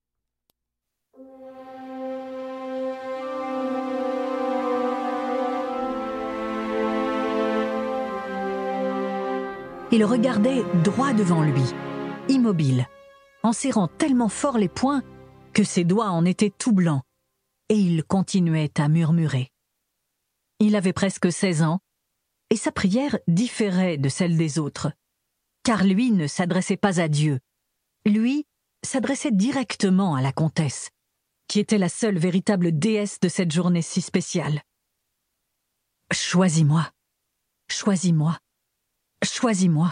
S7: Il regardait droit devant lui, immobile, en serrant tellement fort les poings que ses doigts en étaient tout blancs, et il continuait à murmurer. Il avait presque seize ans, et sa prière différait de celle des autres, car lui ne s'adressait pas à Dieu. Lui s'adressait directement à la comtesse, qui était la seule véritable déesse de cette journée si spéciale. « Choisis-moi, choisis-moi. Choisis-moi. »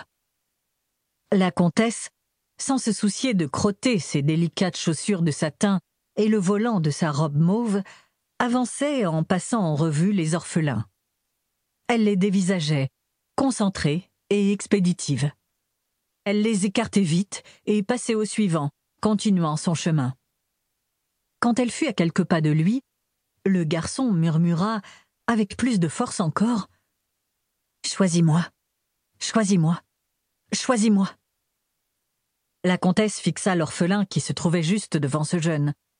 S7: La comtesse, sans se soucier de crotter ses délicates chaussures de satin et le volant de sa robe mauve, avançait en passant en revue les orphelins. Elle les dévisageait, concentrée et expéditive. Elle les écartait vite et passait au suivant, continuant son chemin. Quand elle fut à quelques pas de lui, le garçon murmura, avec plus de force encore, « Choisis-moi. Choisis-moi, choisis-moi. » La comtesse fixa l'orphelin qui se trouvait juste devant ce jeune.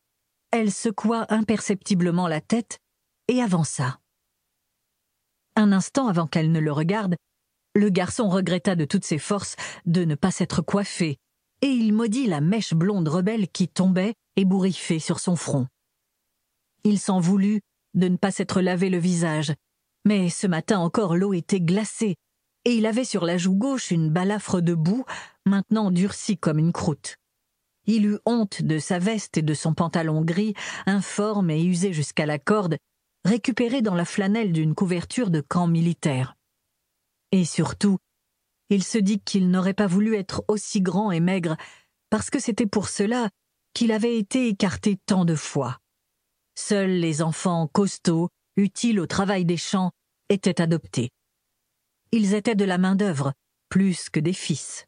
S7: Elle secoua imperceptiblement la tête et avança. Un instant avant qu'elle ne le regarde, le garçon regretta de toutes ses forces de ne pas s'être coiffé, et il maudit la mèche blonde rebelle qui tombait ébouriffée sur son front. Il s'en voulut de ne pas s'être lavé le visage, mais ce matin encore l'eau était glacée, et il avait sur la joue gauche une balafre de boue, maintenant durcie comme une croûte. Il eut honte de sa veste et de son pantalon gris, informe et usé jusqu'à la corde, récupéré dans la flanelle d'une couverture de camp militaire. Et surtout, il se dit qu'il n'aurait pas voulu être aussi grand et maigre, parce que c'était pour cela qu'il avait été écarté tant de fois. Seuls les enfants costauds, utiles au travail des champs, étaient adoptés. Ils étaient de la main-d'œuvre, plus que des fils.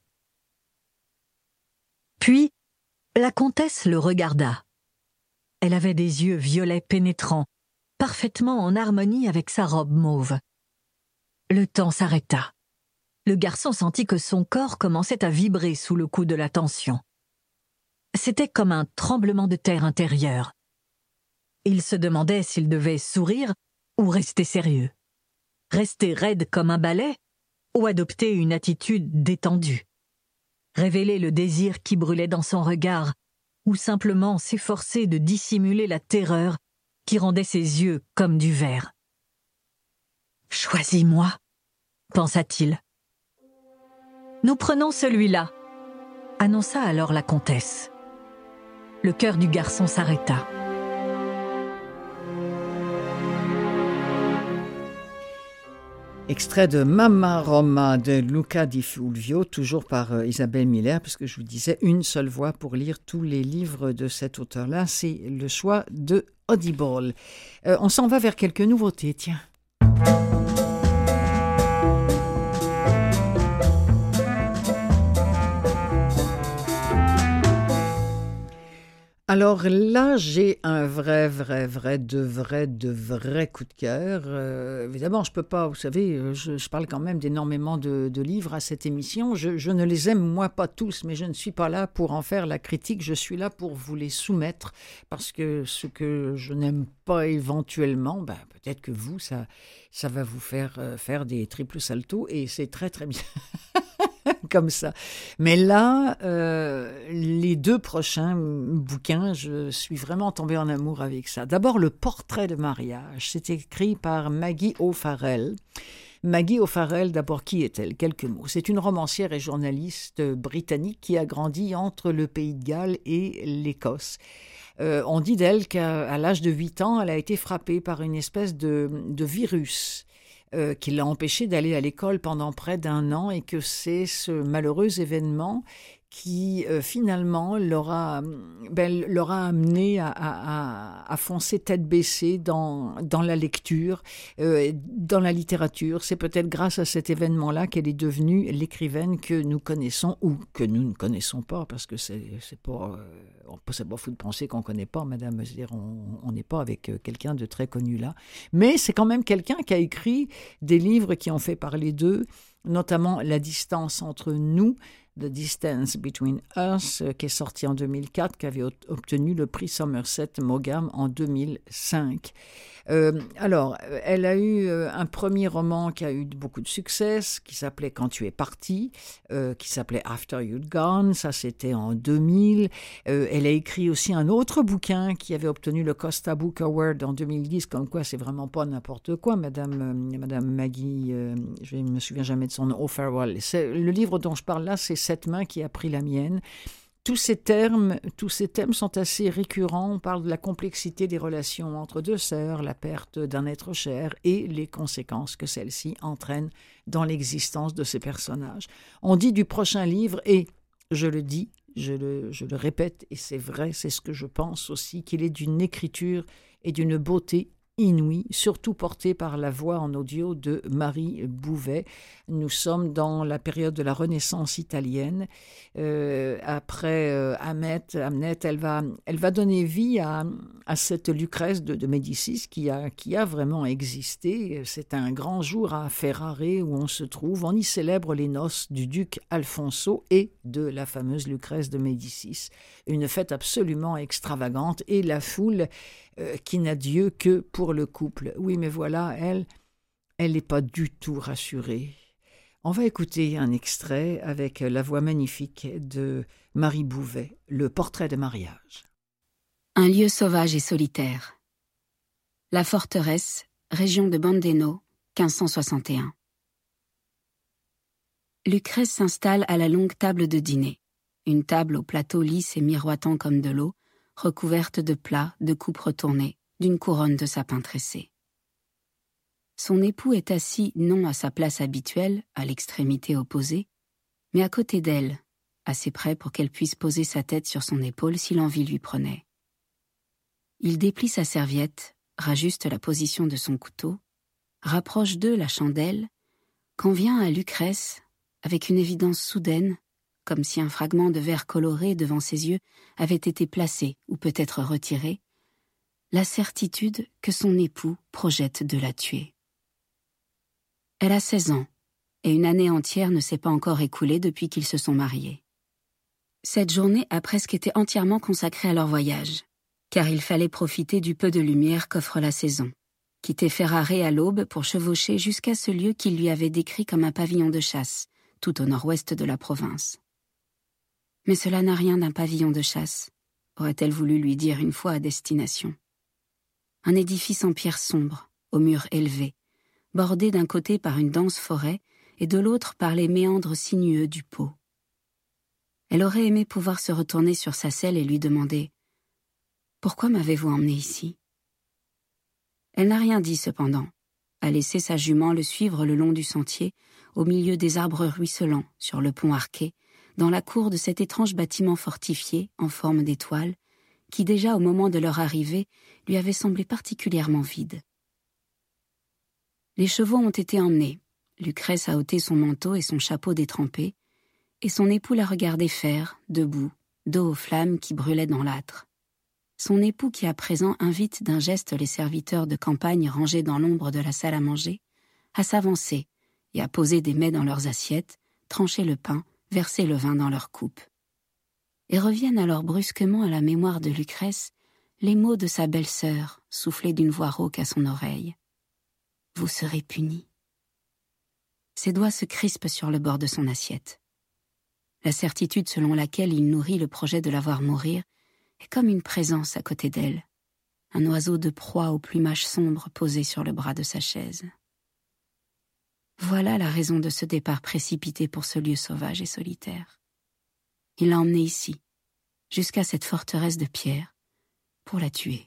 S7: Puis, la comtesse le regarda. Elle avait des yeux violets pénétrants, parfaitement en harmonie avec sa robe mauve. Le temps s'arrêta. Le garçon sentit que son corps commençait à vibrer sous le coup de la tension. C'était comme un tremblement de terre intérieur. Il se demandait s'il devait sourire ou rester sérieux. Rester raide comme un balai ou adopter une attitude détendue. Révéler le désir qui brûlait dans son regard ou simplement s'efforcer de dissimuler la terreur qui rendait ses yeux comme du verre. « Choisis-moi », pensa-t-il. « Nous prenons celui-là », annonça alors la comtesse. Le cœur du garçon s'arrêta.
S1: Extrait de Mamma Roma de Luca Di Fulvio, toujours par euh, Isabelle Miller, puisque je vous disais une seule voix pour lire tous les livres de cet auteur-là. C'est le choix de Audible. Euh, on s'en va vers quelques nouveautés, tiens. Alors là, j'ai un vrai, vrai, vrai, de vrai, de vrai coup de cœur. Euh, évidemment, je peux pas, vous savez, je, je parle quand même d'énormément de, de livres à cette émission. Je, je ne les aime, moi, pas tous, mais je ne suis pas là pour en faire la critique. Je suis là pour vous les soumettre, parce que ce que je n'aime pas éventuellement, ben, peut-être que vous, ça, ça va vous faire euh, faire des triples saltos, et c'est très, très bien. Comme ça. Mais là, euh, les deux prochains bouquins, je suis vraiment tombée en amour avec ça. D'abord, Le portrait de mariage. C'est écrit par Maggie O'Farrell. Maggie O'Farrell, d'abord, qui est-elle? Quelques mots. C'est une romancière et journaliste britannique qui a grandi entre le Pays de Galles et l'Écosse. Euh, on dit d'elle qu'à à l'âge de huit ans, elle a été frappée par une espèce de, de virus Euh, qui l'a empêché d'aller à l'école pendant près d'un an, et que c'est ce malheureux événement qui euh, finalement l'aura, ben, l'aura amené à, à, à foncer tête baissée dans, dans la lecture, euh, dans la littérature. C'est peut-être grâce à cet événement-là qu'elle est devenue l'écrivaine que nous connaissons, ou que nous ne connaissons pas, parce que c'est, c'est pas, euh, c'est pas fou de penser qu'on ne connaît pas, madame. C'est-à-dire, on n'est pas avec quelqu'un de très connu là. Mais c'est quand même quelqu'un qui a écrit des livres qui ont fait parler d'eux, notamment La distance entre nous, The Distance Between Us, qui est sorti en deux mille quatre, qui avait obtenu le prix Somerset Maugham en deux mille cinq. Euh, alors, elle a eu un premier roman qui a eu beaucoup de succès, qui s'appelait Quand tu es parti, euh, qui s'appelait After You'd Gone, ça c'était en deux mille. Euh, elle a écrit aussi un autre bouquin qui avait obtenu le Costa Book Award en deux mille dix, comme quoi c'est vraiment pas n'importe quoi, madame, euh, madame Maggie, euh, je ne me souviens jamais de son nom, O'Farrell. C'est, le livre dont je parle là, c'est Cette main qui a pris la mienne. Tous ces termes, tous ces thèmes sont assez récurrents. On parle de la complexité des relations entre deux sœurs, la perte d'un être cher et les conséquences que celle-ci entraîne dans l'existence de ces personnages. On dit du prochain livre, et je le dis, je le, je le répète, et c'est vrai, c'est ce que je pense aussi, qu'il est d'une écriture et d'une beauté inouïe, surtout portée par la voix en audio de Marie Bouvet. Nous sommes dans la période de la Renaissance italienne. Euh, après euh, Hamlet, Hamlet, elle va, elle va donner vie à, à cette Lucrèce de, de Médicis qui a, qui a vraiment existé. C'est un grand jour à Ferrare où on se trouve. On y célèbre les noces du duc Alfonso et de la fameuse Lucrèce de Médicis. Une fête absolument extravagante et la foule euh, qui n'a Dieu que pour le couple. Oui, mais voilà, elle, elle n'est pas du tout rassurée. On va écouter un extrait avec la voix magnifique de Marie Bouvet, le portrait de mariage.
S8: Un lieu sauvage et solitaire. La forteresse, région de Bandeno, quinze cent soixante et un. Lucrèce s'installe à la longue table de dîner. Une table au plateau lisse et miroitant comme de l'eau, recouverte de plats, de coupes retournées, d'une couronne de sapin tressé. Son époux est assis non à sa place habituelle, à l'extrémité opposée, mais à côté d'elle, assez près pour qu'elle puisse poser sa tête sur son épaule si l'envie lui prenait. Il déplie sa serviette, rajuste la position de son couteau, rapproche d'eux la chandelle, quand vient à Lucrèce, avec une évidence soudaine, comme si un fragment de verre coloré devant ses yeux avait été placé ou peut-être retiré, la certitude que son époux projette de la tuer. Elle a seize ans, et une année entière ne s'est pas encore écoulée depuis qu'ils se sont mariés. Cette journée a presque été entièrement consacrée à leur voyage, car il fallait profiter du peu de lumière qu'offre la saison, quitter Ferrare à l'aube pour chevaucher jusqu'à ce lieu qu'il lui avait décrit comme un pavillon de chasse, tout au nord-ouest de la province. Mais cela n'a rien d'un pavillon de chasse, aurait-elle voulu lui dire une fois à destination. Un édifice en pierre sombre, aux murs élevés, bordé d'un côté par une dense forêt et de l'autre par les méandres sinueux du Pô. Elle aurait aimé pouvoir se retourner sur sa selle et lui demander « Pourquoi m'avez-vous emmené ici ?» Elle n'a rien dit cependant, a laissé sa jument le suivre le long du sentier, au milieu des arbres ruisselants, sur le pont arqué, dans la cour de cet étrange bâtiment fortifié en forme d'étoile, qui déjà au moment de leur arrivée lui avait semblé particulièrement vide. Les chevaux ont été emmenés, Lucrèce a ôté son manteau et son chapeau détrempé, et son époux la regardait faire, debout, dos aux flammes qui brûlaient dans l'âtre. Son époux qui à présent invite d'un geste les serviteurs de campagne rangés dans l'ombre de la salle à manger, à s'avancer et à poser des mets dans leurs assiettes, trancher le pain, verser le vin dans leurs coupes. Et reviennent alors brusquement à la mémoire de Lucrèce les mots de sa belle-sœur, soufflés d'une voix rauque à son oreille. « Vous serez puni. » Ses doigts se crispent sur le bord de son assiette. La certitude selon laquelle il nourrit le projet de la voir mourir est comme une présence à côté d'elle, un oiseau de proie au plumage sombre posé sur le bras de sa chaise. Voilà la raison de ce départ précipité pour ce lieu sauvage et solitaire. Il l'a emmenée ici, jusqu'à cette forteresse de pierre, pour la tuer.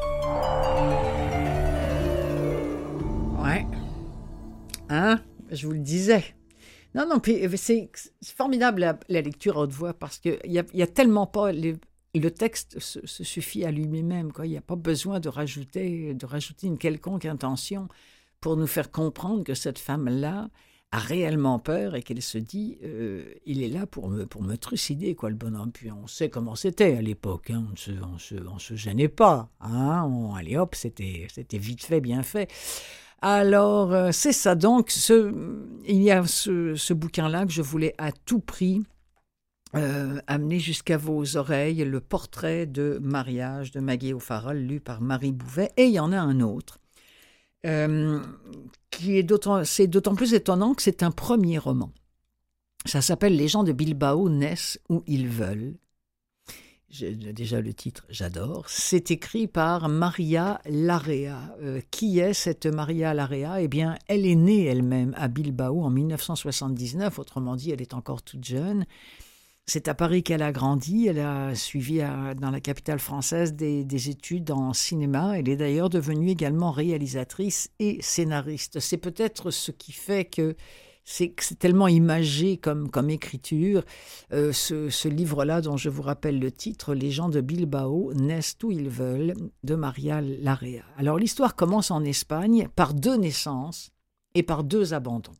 S1: Ouais. Hein? Je vous le disais. Non, non, puis c'est, c'est formidable la, la lecture à haute voix parce qu'il n'y a, y a tellement pas... Les, le texte se, se suffit à lui-même, quoi. Il n'y a pas besoin de rajouter, de rajouter une quelconque intention pour nous faire comprendre que cette femme-là a réellement peur et qu'elle se dit euh, il est là pour me, pour me trucider, quoi, le bonhomme. Puis on sait comment c'était à l'époque, hein. On ne se, on se, on se gênait pas. Hein. On, allez hop, c'était, c'était vite fait, bien fait. Alors, euh, c'est ça. Donc, ce, il y a ce, ce bouquin-là que je voulais à tout prix euh, amener jusqu'à vos oreilles, le portrait de mariage de Maggie O'Farrell, lu par Marie Bouvet. Et il y en a un autre, euh, qui est d'autant, c'est d'autant plus étonnant que c'est un premier roman. Ça s'appelle « Les gens de Bilbao naissent où ils veulent ». J'ai déjà le titre, j'adore. C'est écrit par Maria Larrea. Euh, qui est cette Maria Larrea? Eh bien, elle est née elle-même à Bilbao en dix-neuf cent soixante-dix-neuf, autrement dit, elle est encore toute jeune. C'est à Paris qu'elle a grandi. Elle a suivi à, dans la capitale française des, des études en cinéma. Elle est d'ailleurs devenue également réalisatrice et scénariste. C'est peut-être ce qui fait que c'est, c'est tellement imagé comme, comme écriture. Euh, ce, ce livre-là, dont je vous rappelle le titre, « Les gens de Bilbao naissent où ils veulent » de Maria Larrea. Alors l'histoire commence en Espagne par deux naissances et par deux abandons.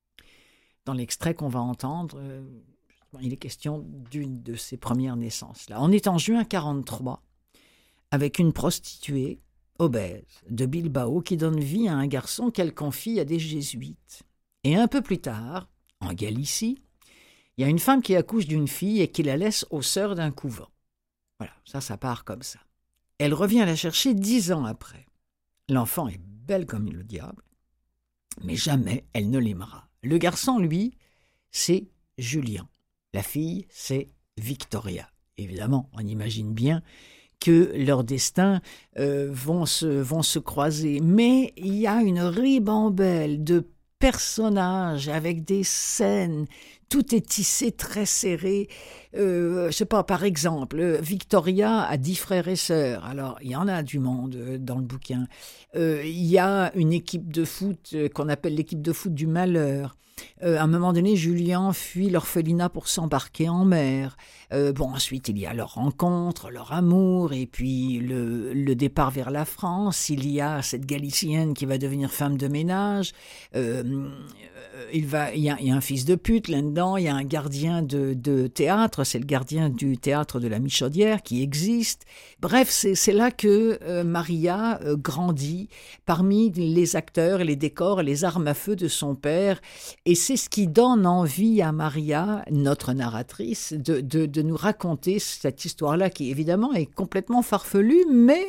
S1: Dans l'extrait qu'on va entendre, euh, il est question d'une de ces premières naissances-là. On est en juin quarante-trois, avec une prostituée obèse de Bilbao qui donne vie à un garçon qu'elle confie à des jésuites. Et un peu plus tard, en Galicie, il y a une femme qui accouche d'une fille et qui la laisse aux sœurs d'un couvent. Voilà, ça, ça part comme ça. Elle revient la chercher dix ans après. L'enfant est belle comme le diable, mais jamais elle ne l'aimera. Le garçon, lui, c'est Julien. La fille, c'est Victoria. Évidemment, on imagine bien que leurs destins euh, vont, se, vont se croiser. Mais il y a une ribambelle de personnages avec des scènes. Tout est tissé très serré. Euh, je sais pas, par exemple, Victoria a dix frères et sœurs. Alors, il y en a du monde dans le bouquin. Euh, il y a une équipe de foot qu'on appelle l'équipe de foot du malheur. Euh, à un moment donné, Julien fuit l'orphelinat pour s'embarquer en mer. Euh, bon, ensuite, il y a leur rencontre, leur amour, et puis le, le départ vers la France. Il y a cette Galicienne qui va devenir femme de ménage. Euh, il, va, il, y a, il y a un fils de pute là-dedans. Il y a un gardien de, de théâtre. C'est le gardien du théâtre de la Michaudière qui existe. Bref, c'est, c'est là que euh, Maria euh, grandit parmi les acteurs, et les décors, et les armes à feu de son père. Et c'est ce qui donne envie à Maria, notre narratrice, de, de, de nous raconter cette histoire-là qui, évidemment, est complètement farfelue, mais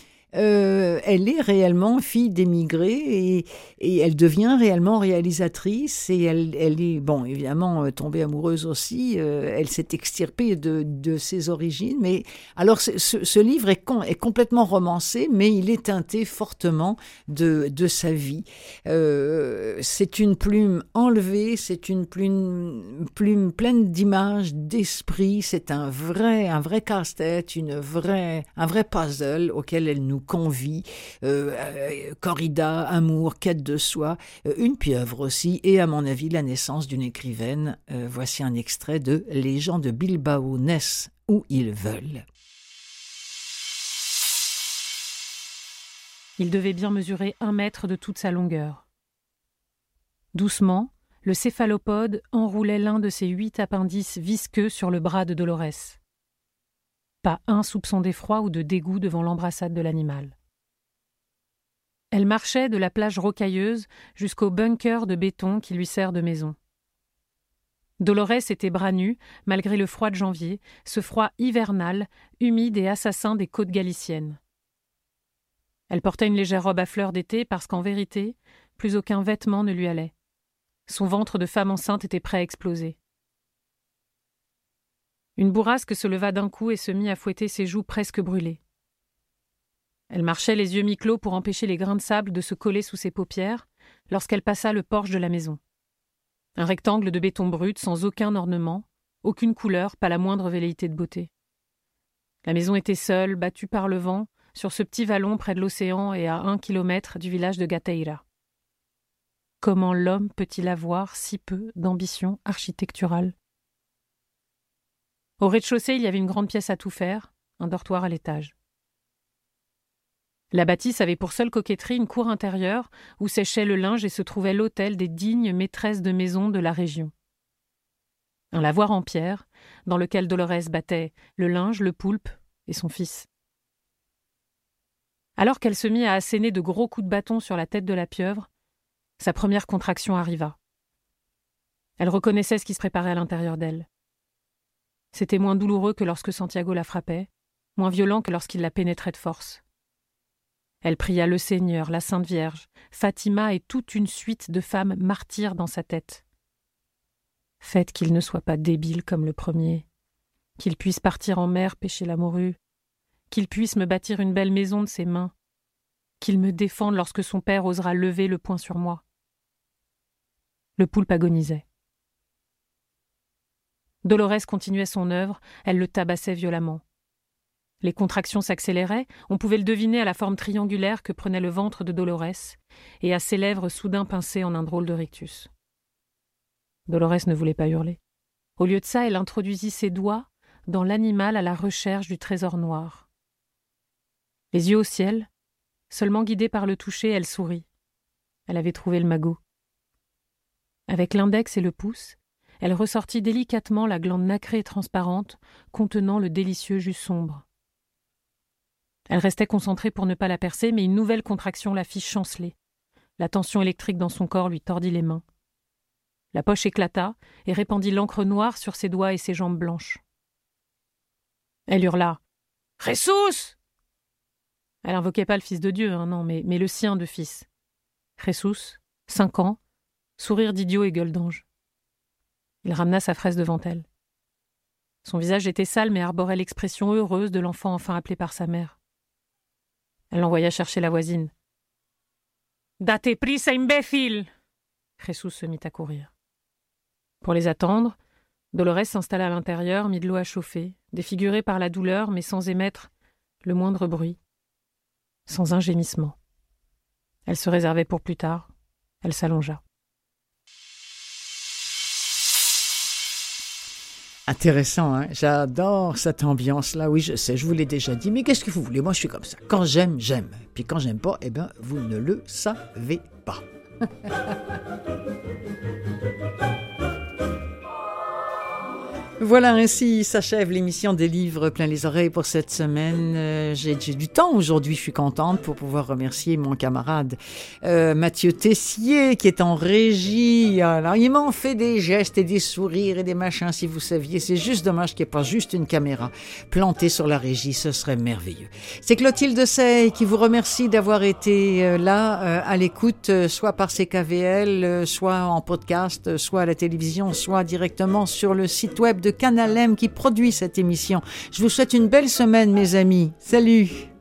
S1: euh, elle est réellement fille d'émigrés et, et elle devient réellement réalisatrice et elle, elle est, bon, évidemment, tombée amoureuse aussi. Euh, elle s'est extirpée de, de ses origines. Mais alors, ce, ce livre est, con, est complètement romancé, mais il est teinté fortement de, de sa vie. Euh, c'est une plume enlevée, c'est une plume, plume pleine d'images, d'esprit. C'est un vrai, un vrai casse-tête, une vraie, un vrai puzzle auquel elle nous convie, euh, euh, corrida, amour, quête de soi, euh, une pieuvre aussi, et à mon avis la naissance d'une écrivaine. Euh, voici un extrait de « Les gens de Bilbao naissent où ils veulent ».
S9: Il devait bien mesurer un mètre de toute sa longueur. Doucement, le céphalopode enroulait l'un de ses huit appendices visqueux sur le bras de Dolores. Pas un soupçon d'effroi ou de dégoût devant l'embrassade de l'animal. Elle marchait de la plage rocailleuse jusqu'au bunker de béton qui lui sert de maison. Dolores était bras nus, malgré le froid de janvier, ce froid hivernal, humide et assassin des côtes galiciennes. Elle portait une légère robe à fleurs d'été parce qu'en vérité, plus aucun vêtement ne lui allait. Son ventre de femme enceinte était prêt à exploser. Une bourrasque se leva d'un coup et se mit à fouetter ses joues presque brûlées. Elle marchait les yeux mi-clos pour empêcher les grains de sable de se coller sous ses paupières lorsqu'elle passa le porche de la maison. Un rectangle de béton brut sans aucun ornement, aucune couleur, pas la moindre velléité de beauté. La maison était seule, battue par le vent, sur ce petit vallon près de l'océan et à un kilomètre du village de Gateira. Comment l'homme peut-il avoir si peu d'ambition architecturale ? Au rez-de-chaussée, il y avait une grande pièce à tout faire, un dortoir à l'étage. La bâtisse avait pour seule coquetterie une cour intérieure où séchait le linge et se trouvait l'hôtel des dignes maîtresses de maison de la région. Un lavoir en pierre, dans lequel Dolores battait le linge, le poulpe et son fils. Alors qu'elle se mit à asséner de gros coups de bâton sur la tête de la pieuvre, sa première contraction arriva. Elle reconnaissait ce qui se préparait à l'intérieur d'elle. C'était moins douloureux que lorsque Santiago la frappait, moins violent que lorsqu'il la pénétrait de force. Elle pria le Seigneur, la Sainte Vierge, Fatima et toute une suite de femmes martyrs dans sa tête. Faites qu'il ne soit pas débile comme le premier, qu'il puisse partir en mer pêcher la morue, qu'il puisse me bâtir une belle maison de ses mains, qu'il me défende lorsque son père osera lever le poing sur moi. Le poulpe agonisait. Dolores continuait son œuvre, elle le tabassait violemment. Les contractions s'accéléraient, on pouvait le deviner à la forme triangulaire que prenait le ventre de Dolores et à ses lèvres soudain pincées en un drôle de rictus. Dolores ne voulait pas hurler. Au lieu de ça, elle introduisit ses doigts dans l'animal à la recherche du trésor noir. Les yeux au ciel, seulement guidée par le toucher, elle sourit. Elle avait trouvé le magot. Avec l'index et le pouce, elle ressortit délicatement la glande nacrée et transparente contenant le délicieux jus sombre. Elle restait concentrée pour ne pas la percer, mais une nouvelle contraction la fit chanceler. La tension électrique dans son corps lui tordit les mains. La poche éclata et répandit l'encre noire sur ses doigts et ses jambes blanches. Elle hurla « Jesus !» Elle invoquait pas le fils de Dieu, hein, non, mais, mais le sien de fils. Jesus, cinq ans, sourire d'idiot et gueule d'ange. Il ramena sa fraise devant elle. Son visage était sale mais arborait l'expression heureuse de l'enfant enfin appelé par sa mère. Elle l'envoya chercher la voisine. « Date prisa, imbécile !» Jesus se mit à courir. Pour les attendre, Dolores s'installa à l'intérieur, mit de l'eau à chauffer, défigurée par la douleur mais sans émettre le moindre bruit, sans un gémissement. Elle se réservait pour plus tard. Elle s'allongea.
S1: Intéressant, hein? J'adore cette ambiance-là. Oui, je sais, je vous l'ai déjà dit, mais qu'est-ce que vous voulez? Moi, je suis comme ça. Quand j'aime, j'aime. Puis quand j'aime pas, eh bien, vous ne le savez pas. Voilà, ainsi s'achève l'émission des livres plein les oreilles pour cette semaine. Euh, j'ai, j'ai du temps aujourd'hui, je suis contente pour pouvoir remercier mon camarade euh, Mathieu Tessier qui est en régie. Alors, il m'en fait des gestes et des sourires et des machins, si vous saviez. C'est juste dommage qu'il n'y ait pas juste une caméra plantée sur la régie, ce serait merveilleux. C'est Clotilde Sey qui vous remercie d'avoir été euh, là euh, à l'écoute, euh, soit par C K V L, euh, soit en podcast, euh, soit à la télévision, soit directement sur le site web de Canal M qui produit cette émission. Je vous souhaite une belle semaine, mes amis. Salut!